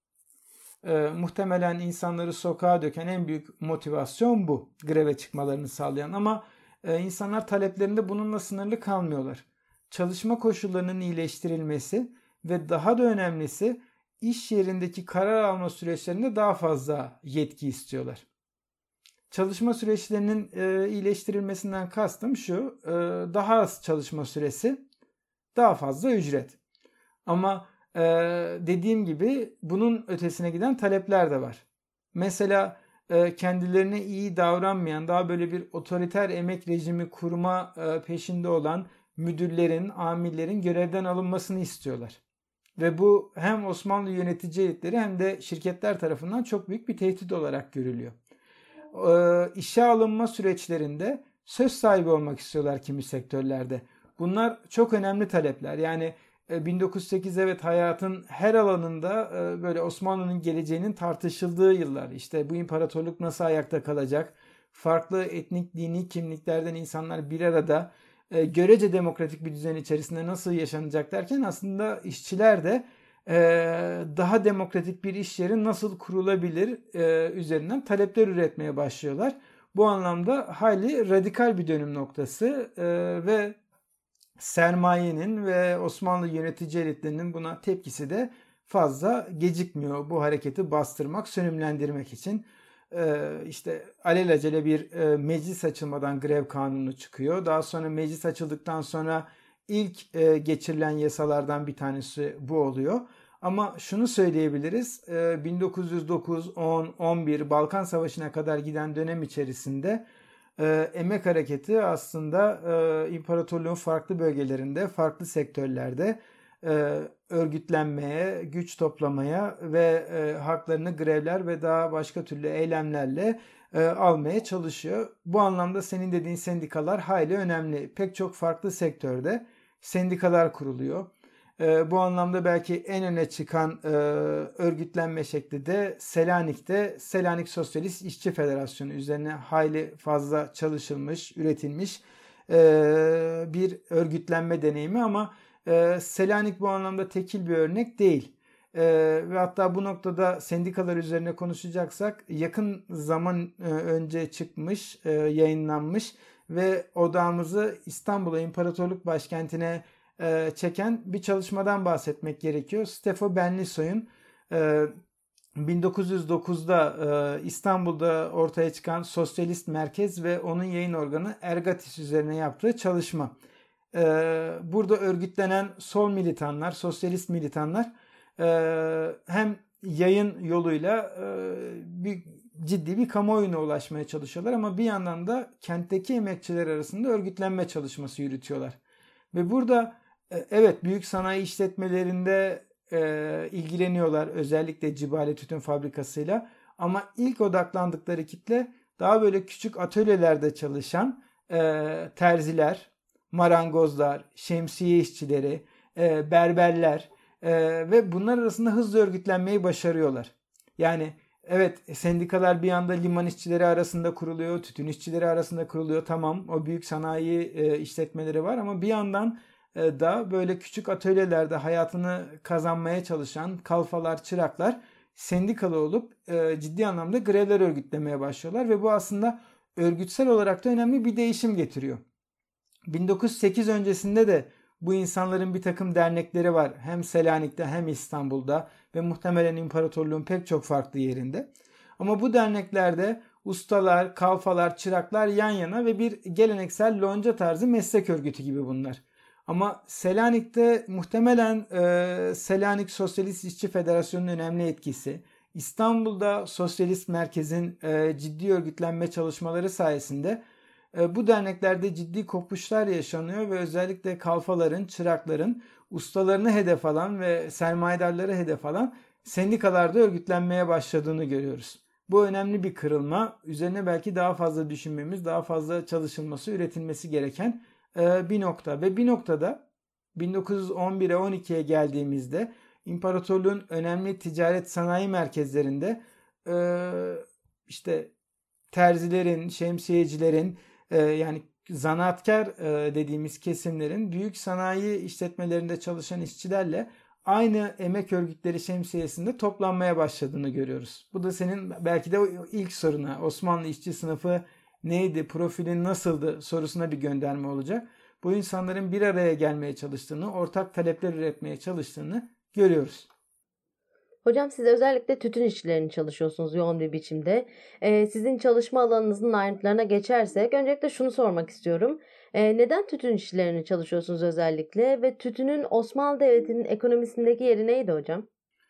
E, muhtemelen insanları sokağa döken en büyük motivasyon bu. Greve çıkmalarını sağlayan ama e, insanlar taleplerinde bununla sınırlı kalmıyorlar. Çalışma koşullarının iyileştirilmesi ve daha da önemlisi iş yerindeki karar alma süreçlerinde daha fazla yetki istiyorlar. Çalışma süreçlerinin e, iyileştirilmesinden kastım şu, e, daha az çalışma süresi, daha fazla ücret. Ama Ee, dediğim gibi bunun ötesine giden talepler de var. Mesela e, kendilerine iyi davranmayan, daha böyle bir otoriter emek rejimi kurma e, peşinde olan müdürlerin, amirlerin görevden alınmasını istiyorlar. Ve bu hem Osmanlı yönetici elitleri hem de şirketler tarafından çok büyük bir tehdit olarak görülüyor. Ee, işe alınma süreçlerinde söz sahibi olmak istiyorlar kimi sektörlerde. Bunlar çok önemli talepler. Yani bin dokuz yüz sekiz evet hayatın her alanında böyle Osmanlı'nın geleceğinin tartışıldığı yıllar. İşte bu imparatorluk nasıl ayakta kalacak? Farklı etnik, dini kimliklerden insanlar bir arada görece demokratik bir düzen içerisinde nasıl yaşanacak derken aslında işçiler de daha demokratik bir iş yeri nasıl kurulabilir üzerinden talepler üretmeye başlıyorlar. Bu anlamda hayli radikal bir dönüm noktası ve sermayenin ve Osmanlı yönetici elitlerinin buna tepkisi de fazla gecikmiyor bu hareketi bastırmak, sönümlendirmek için. e, işte alelacele bir e, meclis açılmadan grev kanunu çıkıyor. Daha sonra meclis açıldıktan sonra ilk e, geçirilen yasalardan bir tanesi bu oluyor. Ama şunu söyleyebiliriz, e, bin dokuz yüz dokuz, on, on bir Balkan Savaşı'na kadar giden dönem içerisinde e, emek hareketi aslında e, imparatorluğun farklı bölgelerinde, farklı sektörlerde e, örgütlenmeye, güç toplamaya ve e, haklarını grevler ve daha başka türlü eylemlerle e, almaya çalışıyor. Bu anlamda senin dediğin sendikalar hayli önemli. Pek çok farklı sektörde sendikalar kuruluyor. E, bu anlamda belki en öne çıkan e, örgütlenme şekli de Selanik'te Selanik Sosyalist İşçi Federasyonu üzerine hayli fazla çalışılmış, üretilmiş e, bir örgütlenme deneyimi ama e, Selanik bu anlamda tekil bir örnek değil. E, ve hatta bu noktada sendikalar üzerine konuşacaksak yakın zaman e, önce çıkmış, e, yayınlanmış ve odağımızı İstanbul'a, İmparatorluk başkentine e, çeken bir çalışmadan bahsetmek gerekiyor. Stefo Benlisoy'un e, bin dokuz yüz dokuzda e, İstanbul'da ortaya çıkan Sosyalist Merkez ve onun yayın organı Ergatis üzerine yaptığı çalışma. E, burada örgütlenen sol militanlar, sosyalist militanlar e, hem yayın yoluyla e, bir ciddi bir kamuoyuna ulaşmaya çalışıyorlar ama bir yandan da kentteki emekçiler arasında örgütlenme çalışması yürütüyorlar. Ve burada e, evet büyük sanayi işletmelerinde e, ilgileniyorlar, özellikle Cibale Tütün Fabrikası'yla, ama ilk odaklandıkları kitle daha böyle küçük atölyelerde çalışan e, terziler, marangozlar, şemsiye işçileri, e, berberler e, ve bunlar arasında hızlı örgütlenmeyi başarıyorlar. Yani evet, sendikalar bir yanda liman işçileri arasında kuruluyor, tütün işçileri arasında kuruluyor. Tamam, o büyük sanayi e, işletmeleri var ama bir yandan e, da böyle küçük atölyelerde hayatını kazanmaya çalışan kalfalar, çıraklar sendikalı olup e, ciddi anlamda grevler örgütlemeye başlıyorlar ve bu aslında örgütsel olarak da önemli bir değişim getiriyor. bin dokuz yüz sekiz öncesinde de bu insanların bir takım dernekleri var. Hem Selanik'te hem İstanbul'da ve muhtemelen imparatorluğun pek çok farklı yerinde. Ama bu derneklerde ustalar, kalfalar, çıraklar yan yana ve bir geleneksel lonca tarzı meslek örgütü gibi bunlar. Ama Selanik'te muhtemelen e, Selanik Sosyalist İşçi Federasyonu'nun önemli etkisi, İstanbul'da Sosyalist Merkez'in e, ciddi örgütlenme çalışmaları sayesinde e, bu derneklerde ciddi kopuşlar yaşanıyor ve özellikle kalfaların, çırakların, ustalarını hedef alan ve sermayedarları hedef alan sendikalarda örgütlenmeye başladığını görüyoruz. Bu önemli bir kırılma. Üzerine belki daha fazla düşünmemiz, daha fazla çalışılması, üretilmesi gereken e, bir nokta. Ve bir noktada bin dokuz yüz on bire on ikiye geldiğimizde imparatorluğun önemli ticaret sanayi merkezlerinde e, işte terzilerin, şemsiyecilerin e, yani zanaatkar e, dediğimiz kesimlerin büyük sanayi işletmelerinde çalışan işçilerle aynı emek örgütleri şemsiyesinde toplanmaya başladığını görüyoruz. Bu da senin belki de ilk soruna, Osmanlı işçi sınıfı neydi, profilin nasıldı sorusuna bir gönderme olacak. Bu insanların bir araya gelmeye çalıştığını, ortak talepler üretmeye çalıştığını görüyoruz. Hocam, siz özellikle tütün işçilerini çalışıyorsunuz yoğun bir biçimde. Ee, sizin çalışma alanınızın ayrıntılarına geçersek öncelikle şunu sormak istiyorum. Ee, neden tütün işçilerini çalışıyorsunuz özellikle ve tütünün Osmanlı Devleti'nin ekonomisindeki yeri neydi hocam?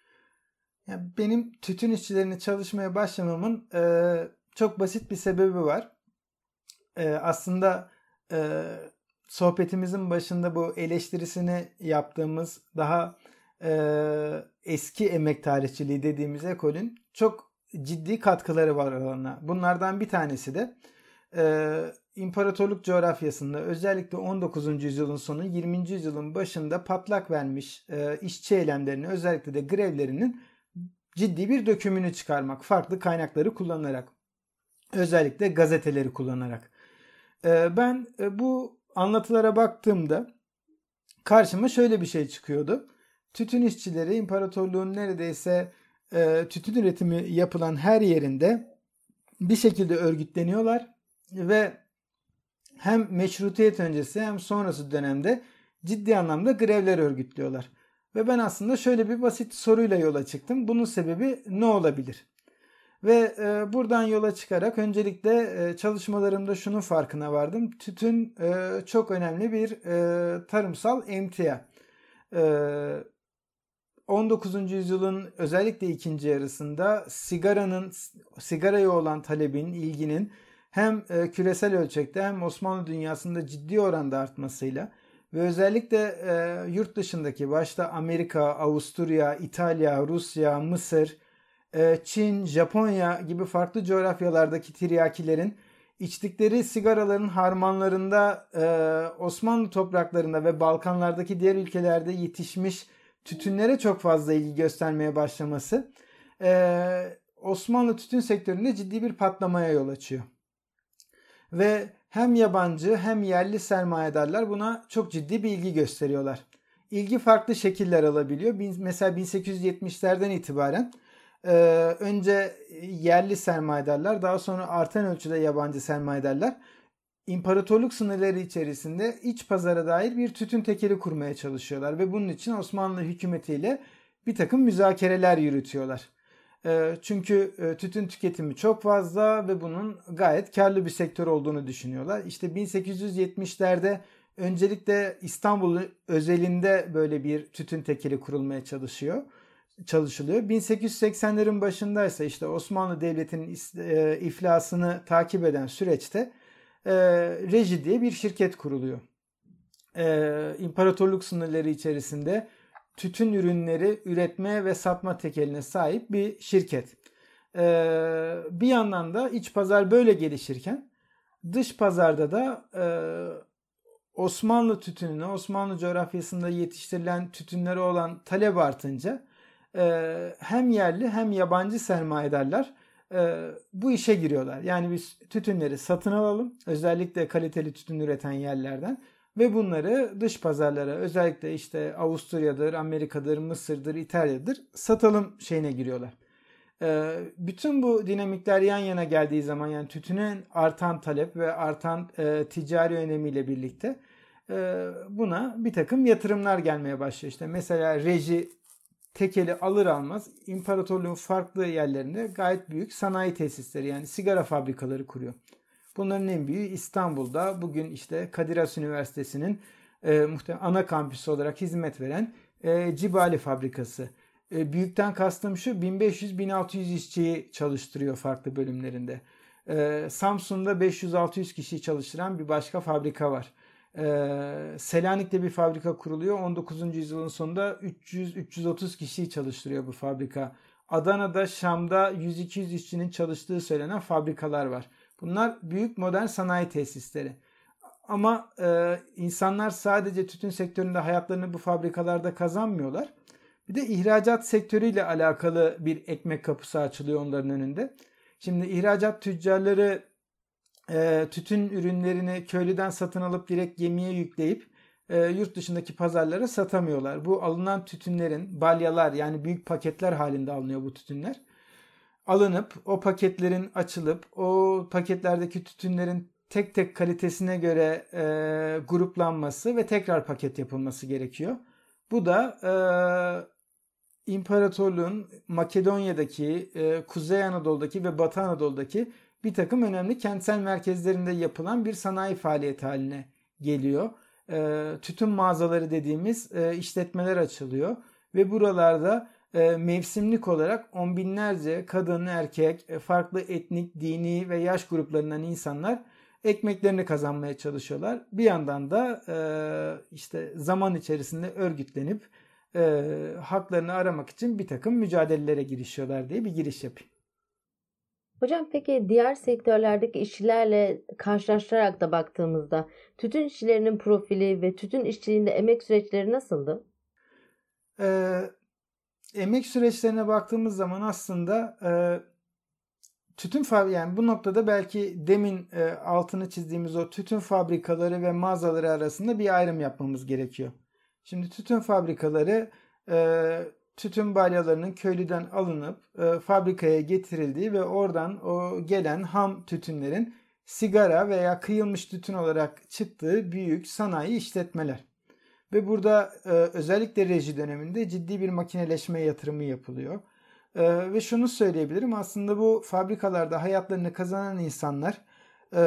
Yani benim tütün işçilerini çalışmaya başlamamın e, çok basit bir sebebi var. E, aslında e, sohbetimizin başında bu eleştirisini yaptığımız daha e, eski emek tarihçiliği dediğimiz ekolün çok ciddi katkıları var alana. Bunlardan bir tanesi de e, imparatorluk coğrafyasında özellikle on dokuzuncu yüzyılın sonu yirminci yüzyılın başında patlak vermiş e, işçi eylemlerini, özellikle de grevlerinin ciddi bir dökümünü çıkarmak, farklı kaynakları kullanarak, özellikle gazeteleri kullanarak. E, ben e, bu anlatılara baktığımda karşıma şöyle bir şey çıkıyordu. Tütün işçileri imparatorluğun neredeyse e, tütün üretimi yapılan her yerinde bir şekilde örgütleniyorlar ve hem meşrutiyet öncesi hem sonrası dönemde ciddi anlamda grevler örgütlüyorlar. Ve ben aslında şöyle bir basit soruyla yola çıktım. Bunun sebebi ne olabilir? Ve e, buradan yola çıkarak öncelikle e, çalışmalarımda şunun farkına vardım. Tütün e, çok önemli bir e, tarımsal emtia. E, on dokuzuncu yüzyılın özellikle ikinci yarısında sigaranın sigaraya olan talebin, ilginin hem e, küresel ölçekte hem Osmanlı dünyasında ciddi oranda artmasıyla ve özellikle e, yurt dışındaki başta Amerika, Avusturya, İtalya, Rusya, Mısır, Çin, Japonya gibi farklı coğrafyalardaki tiryakilerin içtikleri sigaraların harmanlarında Osmanlı topraklarında ve Balkanlardaki diğer ülkelerde yetişmiş tütünlere çok fazla ilgi göstermeye başlaması Osmanlı tütün sektöründe ciddi bir patlamaya yol açıyor. Ve hem yabancı hem yerli sermayedarlar buna çok ciddi bir ilgi gösteriyorlar. İlgi farklı şekiller alabiliyor. Mesela bin sekiz yüz yetmişlerden itibaren Ee, önce yerli sermayedarlar, daha sonra artan ölçüde yabancı sermayedarlar imparatorluk sınırları içerisinde iç pazara dair bir tütün tekeli kurmaya çalışıyorlar ve bunun için Osmanlı hükümetiyle bir takım müzakereler yürütüyorlar. Ee, çünkü tütün tüketimi çok fazla ve bunun gayet karlı bir sektör olduğunu düşünüyorlar. İşte bin sekiz yüz yetmişlerde öncelikle İstanbul özelinde böyle bir tütün tekeli kurulmaya çalışıyor. çalışılıyor. bin sekiz yüz seksenlerin başındaysa işte Osmanlı Devleti'nin iflasını takip eden süreçte e, Reji diye bir şirket kuruluyor. E, İmparatorluk sınırları içerisinde tütün ürünleri üretme ve satma tekeline sahip bir şirket. E, bir yandan da iç pazar böyle gelişirken dış pazarda da e, Osmanlı tütününe, Osmanlı coğrafyasında yetiştirilen tütünlere olan talep artınca hem yerli hem yabancı sermayedarlar bu işe giriyorlar. Yani biz tütünleri satın alalım, özellikle kaliteli tütün üreten yerlerden ve bunları dış pazarlara, özellikle işte Avusturya'dır, Amerika'dır, Mısır'dır, İtalya'dır satalım şeyine giriyorlar. Bütün bu dinamikler yan yana geldiği zaman, yani tütüne artan talep ve artan ticari önemiyle birlikte buna bir takım yatırımlar gelmeye başlıyor. İşte mesela Reji tekeli alır almaz imparatorluğun farklı yerlerinde gayet büyük sanayi tesisleri, yani sigara fabrikaları kuruyor. Bunların en büyüğü İstanbul'da bugün işte Kadir Has Üniversitesi'nin e, muhtemelen ana kampüsü olarak hizmet veren e, Cibali fabrikası. E, büyükten kastım şu, bin beş yüz bin altı yüz işçiyi çalıştırıyor farklı bölümlerinde. E, Samsun'da beş yüz altı yüz kişiyi çalıştıran bir başka fabrika var. Ee, Selanik'te bir fabrika kuruluyor. on dokuzuncu yüzyılın sonunda üç yüz üç yüz otuz kişiyi çalıştırıyor bu fabrika. Adana'da, Şam'da yüz iki yüz işçinin çalıştığı söylenen fabrikalar var. Bunlar büyük modern sanayi tesisleri. Ama e, insanlar sadece tütün sektöründe hayatlarını bu fabrikalarda kazanmıyorlar. Bir de ihracat sektörüyle alakalı bir ekmek kapısı açılıyor onların önünde. Şimdi ihracat tüccarları E, tütün ürünlerini köylüden satın alıp direkt gemiye yükleyip e, yurt dışındaki pazarlara satamıyorlar. Bu alınan tütünlerin, balyalar, yani büyük paketler halinde alınıyor bu tütünler. Alınıp o paketlerin açılıp o paketlerdeki tütünlerin tek tek kalitesine göre e, gruplanması ve tekrar paket yapılması gerekiyor. Bu da e, imparatorluğun Makedonya'daki, e, Kuzey Anadolu'daki ve Batı Anadolu'daki bir takım önemli kentsel merkezlerinde yapılan bir sanayi faaliyeti haline geliyor. E, tütün mağazaları dediğimiz e, işletmeler açılıyor ve buralarda e, mevsimlik olarak on binlerce kadın, erkek, e, farklı etnik, dini ve yaş gruplarından insanlar ekmeklerini kazanmaya çalışıyorlar. Bir yandan da e, işte zaman içerisinde örgütlenip e, haklarını aramak için bir takım mücadelelere girişiyorlar diye bir giriş yapayım. Hocam peki diğer sektörlerdeki işçilerle karşılaştırarak da baktığımızda tütün işçilerinin profili ve tütün işçiliğinde emek süreçleri nasıldı? Ee, emek süreçlerine baktığımız zaman aslında e, tütün fabrikaları, yani bu noktada belki demin e, altını çizdiğimiz o tütün fabrikaları ve mağazaları arasında bir ayrım yapmamız gerekiyor. Şimdi tütün fabrikaları e, tütün balyalarının köylüden alınıp e, fabrikaya getirildiği ve oradan o gelen ham tütünlerin sigara veya kıyılmış tütün olarak çıktığı büyük sanayi işletmeler. Ve burada e, özellikle Reji döneminde ciddi bir makineleşme yatırımı yapılıyor. Ee, ve şunu söyleyebilirim, aslında bu fabrikalarda hayatlarını kazanan insanlar e,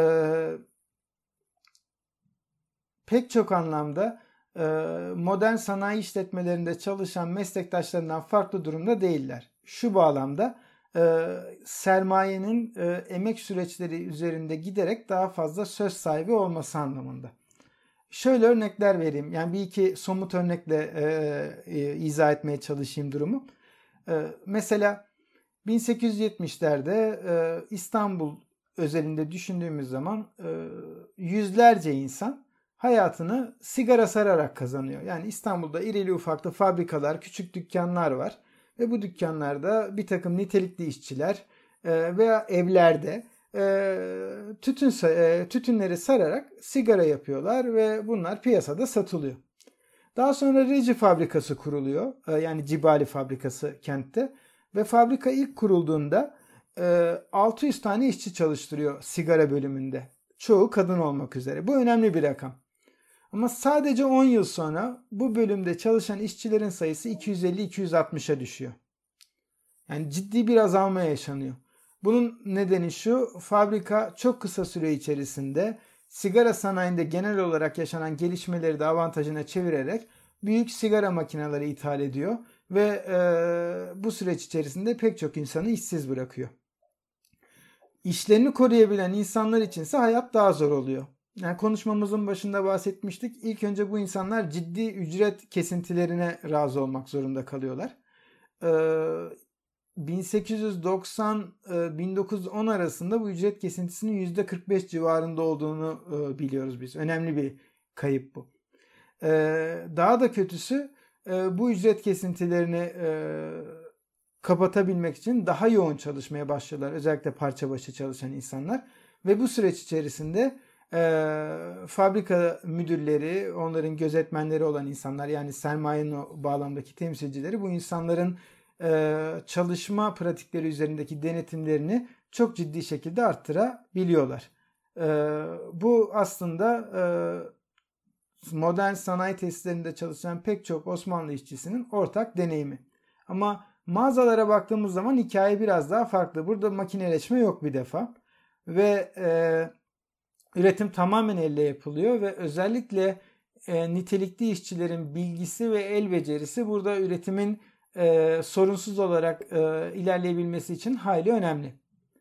pek çok anlamda e, modern sanayi işletmelerinde çalışan meslektaşlarından farklı durumda değiller. Şu bağlamda e, sermayenin e, emek süreçleri üzerinde giderek daha fazla söz sahibi olması anlamında. Şöyle örnekler vereyim. Yani bir iki somut örnekle e, e, izah etmeye çalışayım durumu. E, mesela bin sekiz yüz yetmişlerde e, İstanbul özelinde düşündüğümüz zaman e, yüzlerce insan hayatını sigara sararak kazanıyor. Yani İstanbul'da irili ufaklı fabrikalar, küçük dükkanlar var. Ve bu dükkanlarda bir takım nitelikli işçiler e, veya evlerde e, tütün e, tütünleri sararak sigara yapıyorlar ve bunlar piyasada satılıyor. Daha sonra reji fabrikası kuruluyor. E, yani Cibali fabrikası kentte. Ve fabrika ilk kurulduğunda e, altı yüz tane işçi çalıştırıyor sigara bölümünde. Çoğu kadın olmak üzere. Bu önemli bir rakam. Ama sadece on yıl sonra bu bölümde çalışan işçilerin sayısı iki yüz elli iki yüz altmışa düşüyor. Yani ciddi bir azalma yaşanıyor. Bunun nedeni şu: fabrika çok kısa süre içerisinde sigara sanayinde genel olarak yaşanan gelişmeleri de avantajına çevirerek büyük sigara makineleri ithal ediyor ve e, bu süreç içerisinde pek çok insanı işsiz bırakıyor. İşlerini koruyabilen insanlar içinse hayat daha zor oluyor. Yani konuşmamızın başında bahsetmiştik. İlk önce bu insanlar ciddi ücret kesintilerine razı olmak zorunda kalıyorlar. Ee, bin sekiz yüz doksan bin dokuz yüz on arasında bu ücret kesintisinin yüzde kırk beş civarında olduğunu e, biliyoruz biz. Önemli bir kayıp bu. Ee, daha da kötüsü e, bu ücret kesintilerini e, kapatabilmek için daha yoğun çalışmaya başlıyorlar. Özellikle parça başı çalışan insanlar. Ve bu süreç içerisinde e, fabrika müdürleri, onların gözetmenleri olan insanlar, yani sermayenin o bağlamdaki temsilcileri, bu insanların e, çalışma pratikleri üzerindeki denetimlerini çok ciddi şekilde arttırabiliyorlar. E, bu aslında e, modern sanayi tesislerinde çalışan pek çok Osmanlı işçisinin ortak deneyimi. Ama mağazalara baktığımız zaman hikaye biraz daha farklı. Burada makineleşme yok bir defa. Ve e, üretim tamamen elle yapılıyor ve özellikle e, nitelikli işçilerin bilgisi ve el becerisi burada üretimin e, sorunsuz olarak e, ilerleyebilmesi için hayli önemli.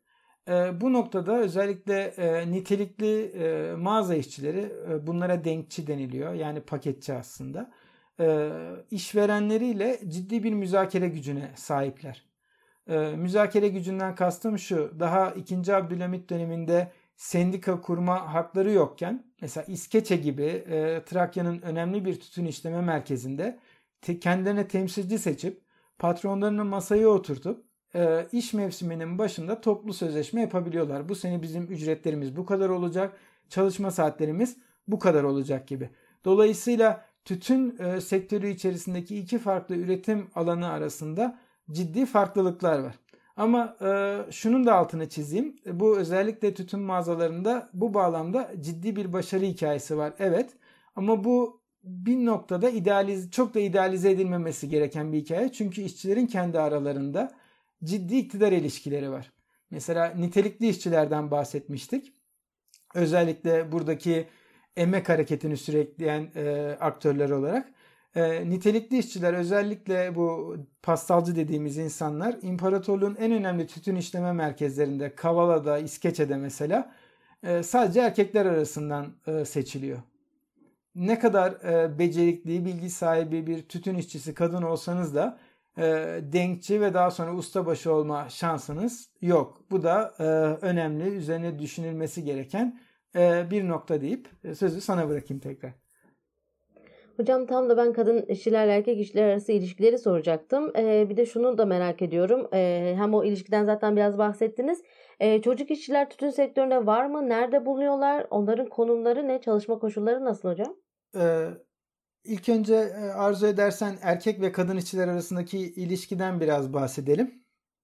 E, bu noktada özellikle e, nitelikli e, mağaza işçileri, e, bunlara denkçi deniliyor. Yani paketçi aslında. E, işverenleriyle ciddi bir müzakere gücüne sahipler. E, müzakere gücünden kastım şu: daha ikinci. Abdülhamit döneminde sendika kurma hakları yokken, mesela İskeçe gibi e, Trakya'nın önemli bir tütün işleme merkezinde te, kendilerine temsilci seçip patronlarını masaya oturtup e, iş mevsiminin başında toplu sözleşme yapabiliyorlar. Bu sene bizim ücretlerimiz bu kadar olacak, çalışma saatlerimiz bu kadar olacak gibi. Dolayısıyla tütün e, sektörü içerisindeki iki farklı üretim alanı arasında ciddi farklılıklar var. Ama e, şunun da altını çizeyim. Bu özellikle tütün mağazalarında bu bağlamda ciddi bir başarı hikayesi var. Evet. Ama bu bir noktada idealize, çok da idealize edilmemesi gereken bir hikaye. Çünkü işçilerin kendi aralarında ciddi iktidar ilişkileri var. Mesela nitelikli işçilerden bahsetmiştik. Özellikle buradaki emek hareketini sürekleyen e, aktörler olarak. E, nitelikli işçiler, özellikle bu pastalcı dediğimiz insanlar, imparatorluğun en önemli tütün işleme merkezlerinde, Kavala'da, İskeçe'de mesela e, sadece erkekler arasından e, seçiliyor. Ne kadar e, becerikli, bilgi sahibi bir tütün işçisi kadın olsanız da e, denkçi ve daha sonra ustabaşı olma şansınız yok. Bu da e, önemli, üzerine düşünülmesi gereken e, bir nokta deyip e, sözü sana bırakayım tekrar. Hocam tam da ben kadın işçilerle erkek işçiler arası ilişkileri soracaktım. Ee, bir de şunu da merak ediyorum. Ee, hem o ilişkiden zaten biraz bahsettiniz. Ee, çocuk işçiler tütün sektöründe var mı? Nerede bulunuyorlar? Onların konumları ne? Çalışma koşulları nasıl hocam? Ee, ilk önce arzu edersen erkek ve kadın işçiler arasındaki ilişkiden biraz bahsedelim.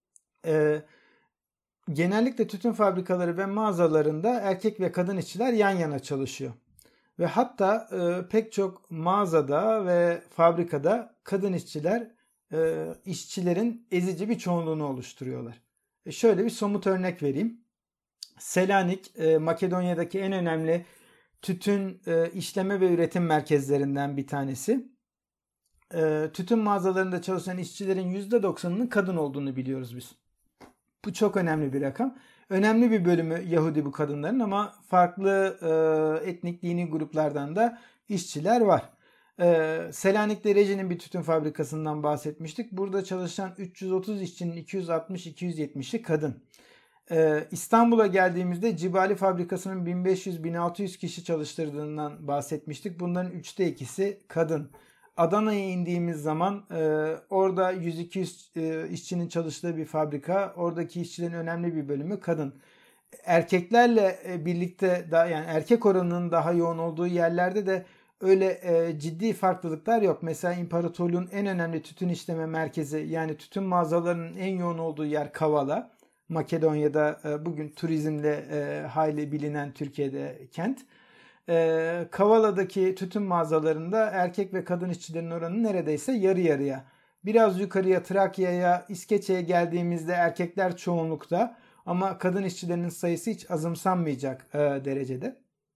Ee, genellikle tütün fabrikaları ve mağazalarında erkek ve kadın işçiler yan yana çalışıyor. Ve hatta e, pek çok mağazada ve fabrikada kadın işçiler e, işçilerin ezici bir çoğunluğunu oluşturuyorlar. E şöyle bir somut örnek vereyim. Selanik, e, Makedonya'daki en önemli tütün e, işleme ve üretim merkezlerinden bir tanesi. E, tütün mağazalarında çalışan işçilerin yüzde doksanının kadın olduğunu biliyoruz biz. Bu çok önemli bir rakam. Önemli bir bölümü Yahudi bu kadınların ama farklı e, etnik dini gruplardan da işçiler var. E, Selanik'te Reji'nin bir tütün fabrikasından bahsetmiştik. Burada çalışan üç yüz otuz işçinin iki yüz altmış iki yüz yetmişi kadın. Ee, İstanbul'a geldiğimizde Cibali fabrikasının bin beş yüz bin altı yüz kişi çalıştırdığından bahsetmiştik. Bunların üçte ikisi kadın. Adana'ya indiğimiz zaman e, orada yüz iki yüz e, işçinin çalıştığı bir fabrika. Oradaki işçilerin önemli bir bölümü kadın. Erkeklerle e, birlikte daha, yani erkek oranının daha yoğun olduğu yerlerde de öyle e, ciddi farklılıklar yok. Mesela imparatorluğun en önemli tütün işleme merkezi, yani tütün mağazalarının en yoğun olduğu yer Kavala. Makedonya'da bugün turizmle e, hayli bilinen Türkiye'de kent. E, Kavala'daki tütün mağazalarında erkek ve kadın işçilerin oranı neredeyse yarı yarıya. Biraz yukarıya Trakya'ya, İskeçe'ye geldiğimizde erkekler çoğunlukta ama kadın işçilerinin sayısı hiç azımsanmayacak e, derecede.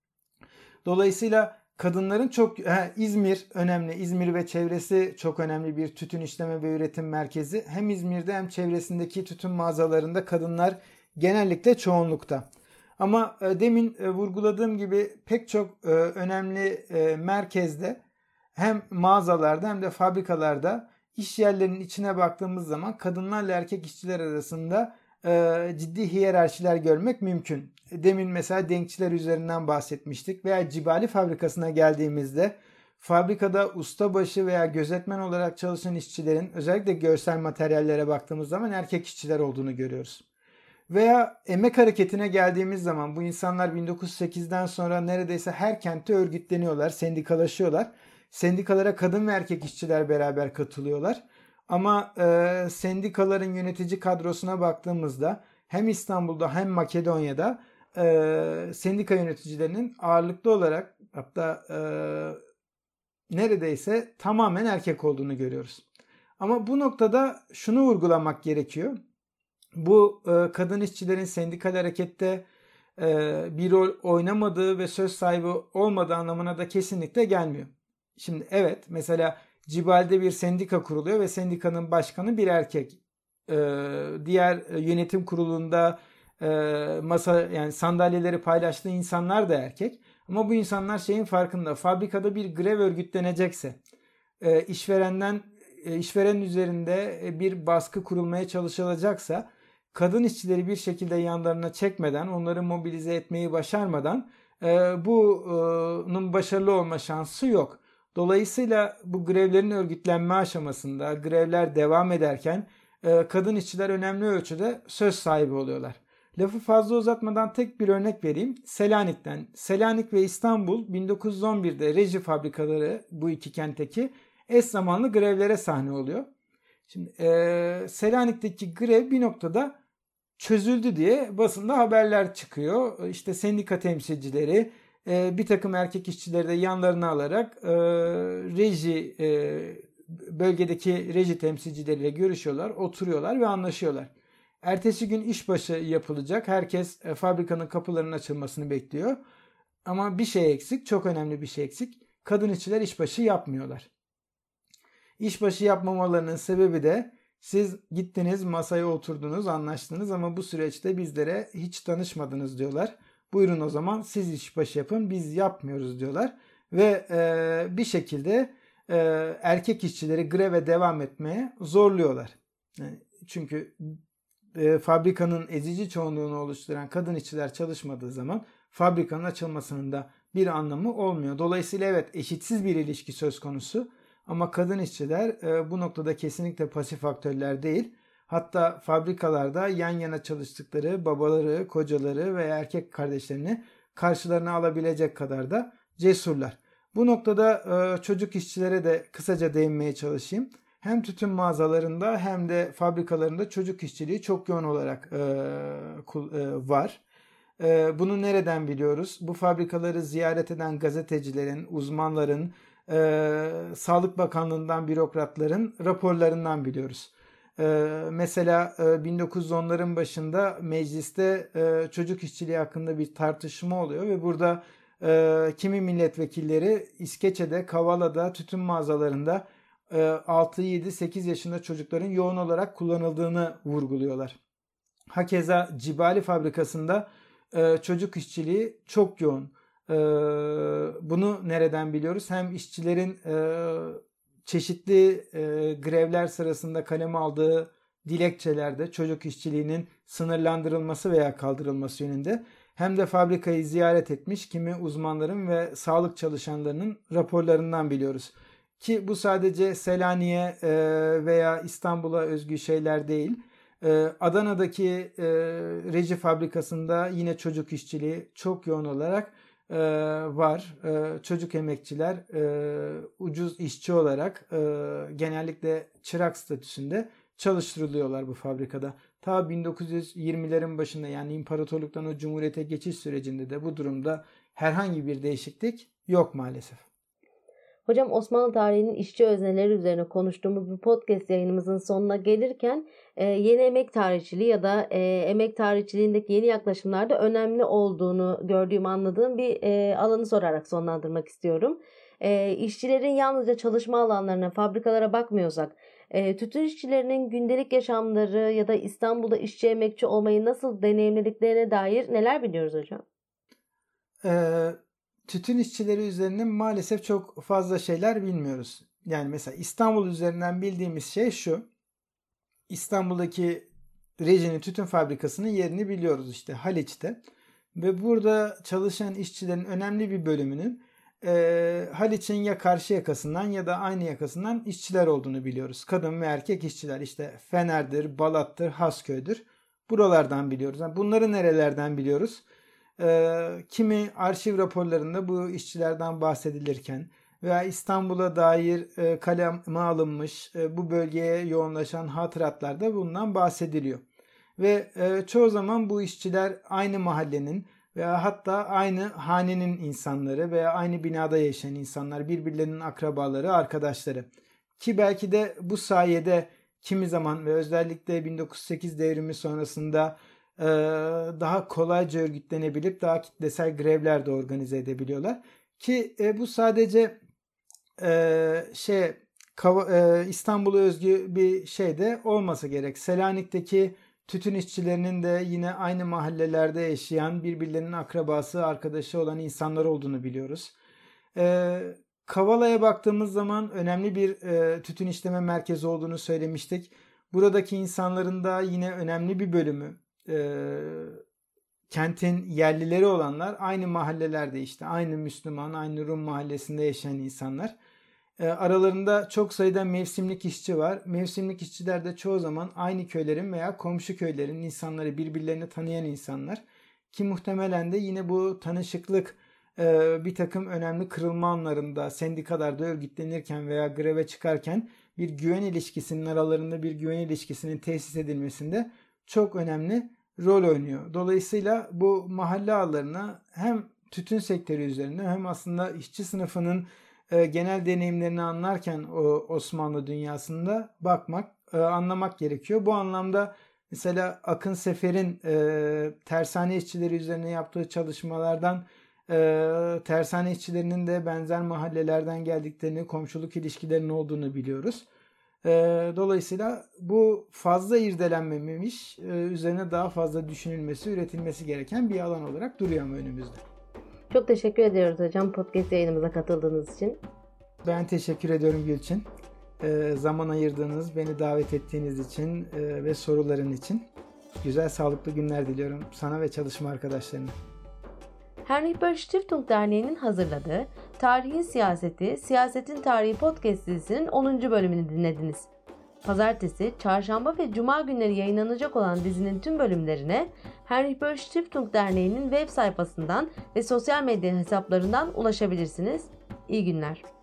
Dolayısıyla kadınların çok he, İzmir önemli. İzmir ve çevresi çok önemli bir tütün işleme ve üretim merkezi. Hem İzmir'de hem çevresindeki tütün mağazalarında kadınlar genellikle çoğunlukta. Ama e, demin e, vurguladığım gibi pek çok e, önemli e, merkezde hem mağazalarda hem de fabrikalarda iş yerlerinin içine baktığımız zaman kadınlarla erkek işçiler arasında e, ciddi hiyerarşiler görmek mümkün. Demin mesela denkçiler üzerinden bahsetmiştik veya Cibali fabrikasına geldiğimizde fabrikada ustabaşı veya gözetmen olarak çalışan işçilerin özellikle görsel materyallere baktığımız zaman erkek işçiler olduğunu görüyoruz. Veya emek hareketine geldiğimiz zaman bu insanlar bin dokuz yüz sekizden sonra neredeyse her kentte örgütleniyorlar, sendikalaşıyorlar. Sendikalara kadın ve erkek işçiler beraber katılıyorlar. Ama e, sendikaların yönetici kadrosuna baktığımızda hem İstanbul'da hem Makedonya'da e, sendika yöneticilerinin ağırlıklı olarak, hatta e, neredeyse tamamen erkek olduğunu görüyoruz. Ama bu noktada şunu vurgulamak gerekiyor. Bu e, kadın işçilerin sendikal harekette e, bir rol oynamadığı ve söz sahibi olmadığı anlamına da kesinlikle gelmiyor. Şimdi evet, mesela Cibali'de bir sendika kuruluyor ve sendikanın başkanı bir erkek. E, diğer yönetim kurulunda e, masa yani sandalyeleri paylaştığı insanlar da erkek. Ama bu insanlar şeyin farkında. Fabrikada bir grev örgütlenecekse, e, işverenden e, işveren üzerinde bir baskı kurulmaya çalışılacaksa, kadın işçileri bir şekilde yanlarına çekmeden, onları mobilize etmeyi başarmadan e, bunun başarılı olma şansı yok. Dolayısıyla bu grevlerin örgütlenme aşamasında, grevler devam ederken e, kadın işçiler önemli ölçüde söz sahibi oluyorlar. Lafı fazla uzatmadan tek bir örnek vereyim. Selanik'ten. Selanik ve İstanbul bin dokuz yüz on birde Reji fabrikaları, bu iki kentteki eş zamanlı grevlere sahne oluyor. Şimdi e, Selanik'teki grev bir noktada çözüldü diye basında haberler çıkıyor. İşte sendika temsilcileri e, bir takım erkek işçileri de yanlarına alarak e, reji e, bölgedeki reji temsilcileriyle görüşüyorlar, oturuyorlar ve anlaşıyorlar. Ertesi gün işbaşı yapılacak. Herkes e, fabrikanın kapılarının açılmasını bekliyor. Ama bir şey eksik, çok önemli bir şey eksik. Kadın işçiler işbaşı yapmıyorlar. İşbaşı yapmamalarının sebebi de siz gittiniz, masaya oturdunuz, anlaştınız ama bu süreçte bizlere hiç tanışmadınız diyorlar. Buyurun o zaman siz işbaşı yapın, biz yapmıyoruz diyorlar. Ve e, bir şekilde e, erkek işçileri greve devam etmeye zorluyorlar. Yani çünkü e, fabrikanın ezici çoğunluğunu oluşturan kadın işçiler çalışmadığı zaman fabrikanın açılmasının da bir anlamı olmuyor. Dolayısıyla evet, eşitsiz bir ilişki söz konusu. Ama kadın işçiler e, bu noktada kesinlikle pasif aktörler değil. Hatta fabrikalarda yan yana çalıştıkları babaları, kocaları veya erkek kardeşlerini karşılarına alabilecek kadar da cesurlar. Bu noktada e, çocuk işçilere de kısaca değinmeye çalışayım. Hem tütün mağazalarında hem de fabrikalarında çocuk işçiliği çok yoğun olarak e, e, var. Bunu nereden biliyoruz? Bu fabrikaları ziyaret eden gazetecilerin, uzmanların, e, Sağlık Bakanlığı'ndan bürokratların raporlarından biliyoruz. E, mesela e, bin dokuz yüz onların başında mecliste e, çocuk işçiliği hakkında bir tartışma oluyor ve burada e, kimi milletvekilleri İskeçe'de, Kavala'da, tütün mağazalarında e, altı, yedi, sekiz yaşında çocukların yoğun olarak kullanıldığını vurguluyorlar. Hakeza Cibali fabrikasında e, çocuk işçiliği çok yoğun. E, bunu nereden biliyoruz? Hem işçilerin e, çeşitli e, grevler sırasında kaleme aldığı dilekçelerde çocuk işçiliğinin sınırlandırılması veya kaldırılması yönünde, hem de fabrikayı ziyaret etmiş kimi uzmanların ve sağlık çalışanlarının raporlarından biliyoruz. Ki bu sadece Selanik'e e, veya İstanbul'a özgü şeyler değil. Adana'daki e, reji fabrikasında yine çocuk işçiliği çok yoğun olarak e, var. E, çocuk emekçiler e, ucuz işçi olarak e, genellikle çırak statüsünde çalıştırılıyorlar bu fabrikada. Ta bin dokuz yüz yirmilerin başında, yani imparatorluktan o cumhuriyete geçiş sürecinde de bu durumda herhangi bir değişiklik yok maalesef. Hocam, Osmanlı tarihinin işçi özneleri üzerine konuştuğumuz bu podcast yayınımızın sonuna gelirken e, yeni emek tarihçiliği ya da e, emek tarihçiliğindeki yeni yaklaşımlarda önemli olduğunu gördüğüm, anladığım bir e, alanı sorarak sonlandırmak istiyorum. E, işçilerin yalnızca çalışma alanlarına, fabrikalara bakmıyorsak, e, tütün işçilerinin gündelik yaşamları ya da İstanbul'da işçi emekçi olmayı nasıl deneyimlediklerine dair neler biliyoruz hocam? Evet. Tütün işçileri üzerine maalesef çok fazla şeyler bilmiyoruz. Yani mesela İstanbul üzerinden bildiğimiz şey şu. İstanbul'daki Rejini Tütün Fabrikası'nın yerini biliyoruz, işte Haliç'te. Ve burada çalışan işçilerin önemli bir bölümünün e, Haliç'in ya karşı yakasından ya da aynı yakasından işçiler olduğunu biliyoruz. Kadın ve erkek işçiler, işte Fener'dir, Balat'tır, Hasköy'dür. Buralardan biliyoruz. Yani bunları nerelerden biliyoruz? Kimi arşiv raporlarında bu işçilerden bahsedilirken veya İstanbul'a dair kaleme alınmış bu bölgeye yoğunlaşan hatıratlarda bundan bahsediliyor. Ve çoğu zaman bu işçiler aynı mahallenin veya hatta aynı hanenin insanları veya aynı binada yaşayan insanlar, birbirlerinin akrabaları, arkadaşları. Ki belki de bu sayede kimi zaman ve özellikle bin dokuz yüz sekiz devrimi sonrasında daha kolayca örgütlenebilip daha kitlesel grevler de organize edebiliyorlar. Ki bu sadece şey İstanbul'a özgü bir şey de olmasa gerek. Selanik'teki tütün işçilerinin de yine aynı mahallelerde yaşayan, birbirlerinin akrabası, arkadaşı olan insanlar olduğunu biliyoruz. Kavala'ya baktığımız zaman önemli bir tütün işleme merkezi olduğunu söylemiştik. Buradaki insanların da yine önemli bir bölümü E, kentin yerlileri olanlar, aynı mahallelerde, işte aynı Müslüman, aynı Rum mahallesinde yaşayan insanlar. E, aralarında çok sayıda mevsimlik işçi var. Mevsimlik işçiler de çoğu zaman aynı köylerin veya komşu köylerin insanları, birbirlerini tanıyan insanlar. Ki muhtemelen de yine bu tanışıklık e, bir takım önemli kırılma anlarında, sendikalarda örgütlenirken veya greve çıkarken bir güven ilişkisinin, aralarında bir güven ilişkisinin tesis edilmesinde çok önemli rol oynuyor. Dolayısıyla bu mahalle ağlarına hem tütün sektörü üzerinde hem aslında işçi sınıfının e, genel deneyimlerini anlarken o Osmanlı dünyasında bakmak, e, anlamak gerekiyor. Bu anlamda mesela Akın Sefer'in e, tersane işçileri üzerine yaptığı çalışmalardan e, tersane işçilerinin de benzer mahallelerden geldiklerini, komşuluk ilişkilerinin olduğunu biliyoruz. Dolayısıyla bu fazla irdelenmemiş, üzerine daha fazla düşünülmesi, üretilmesi gereken bir alan olarak duruyor ama önümüzde. Çok teşekkür ediyoruz hocam podcast yayınımıza katıldığınız için. Ben teşekkür ediyorum Gülçin. Zaman ayırdığınız, beni davet ettiğiniz için ve soruların için. Güzel, sağlıklı günler diliyorum sana ve çalışma arkadaşlarına. Heinrich Böll Stiftung Derneği'nin hazırladığı Tarihin Siyaseti, Siyasetin Tarihi podcast dizisinin onuncu bölümünü dinlediniz. Pazartesi, çarşamba ve cuma günleri yayınlanacak olan dizinin tüm bölümlerine Heinrich Böll Stiftung Derneği'nin web sayfasından ve sosyal medya hesaplarından ulaşabilirsiniz. İyi günler.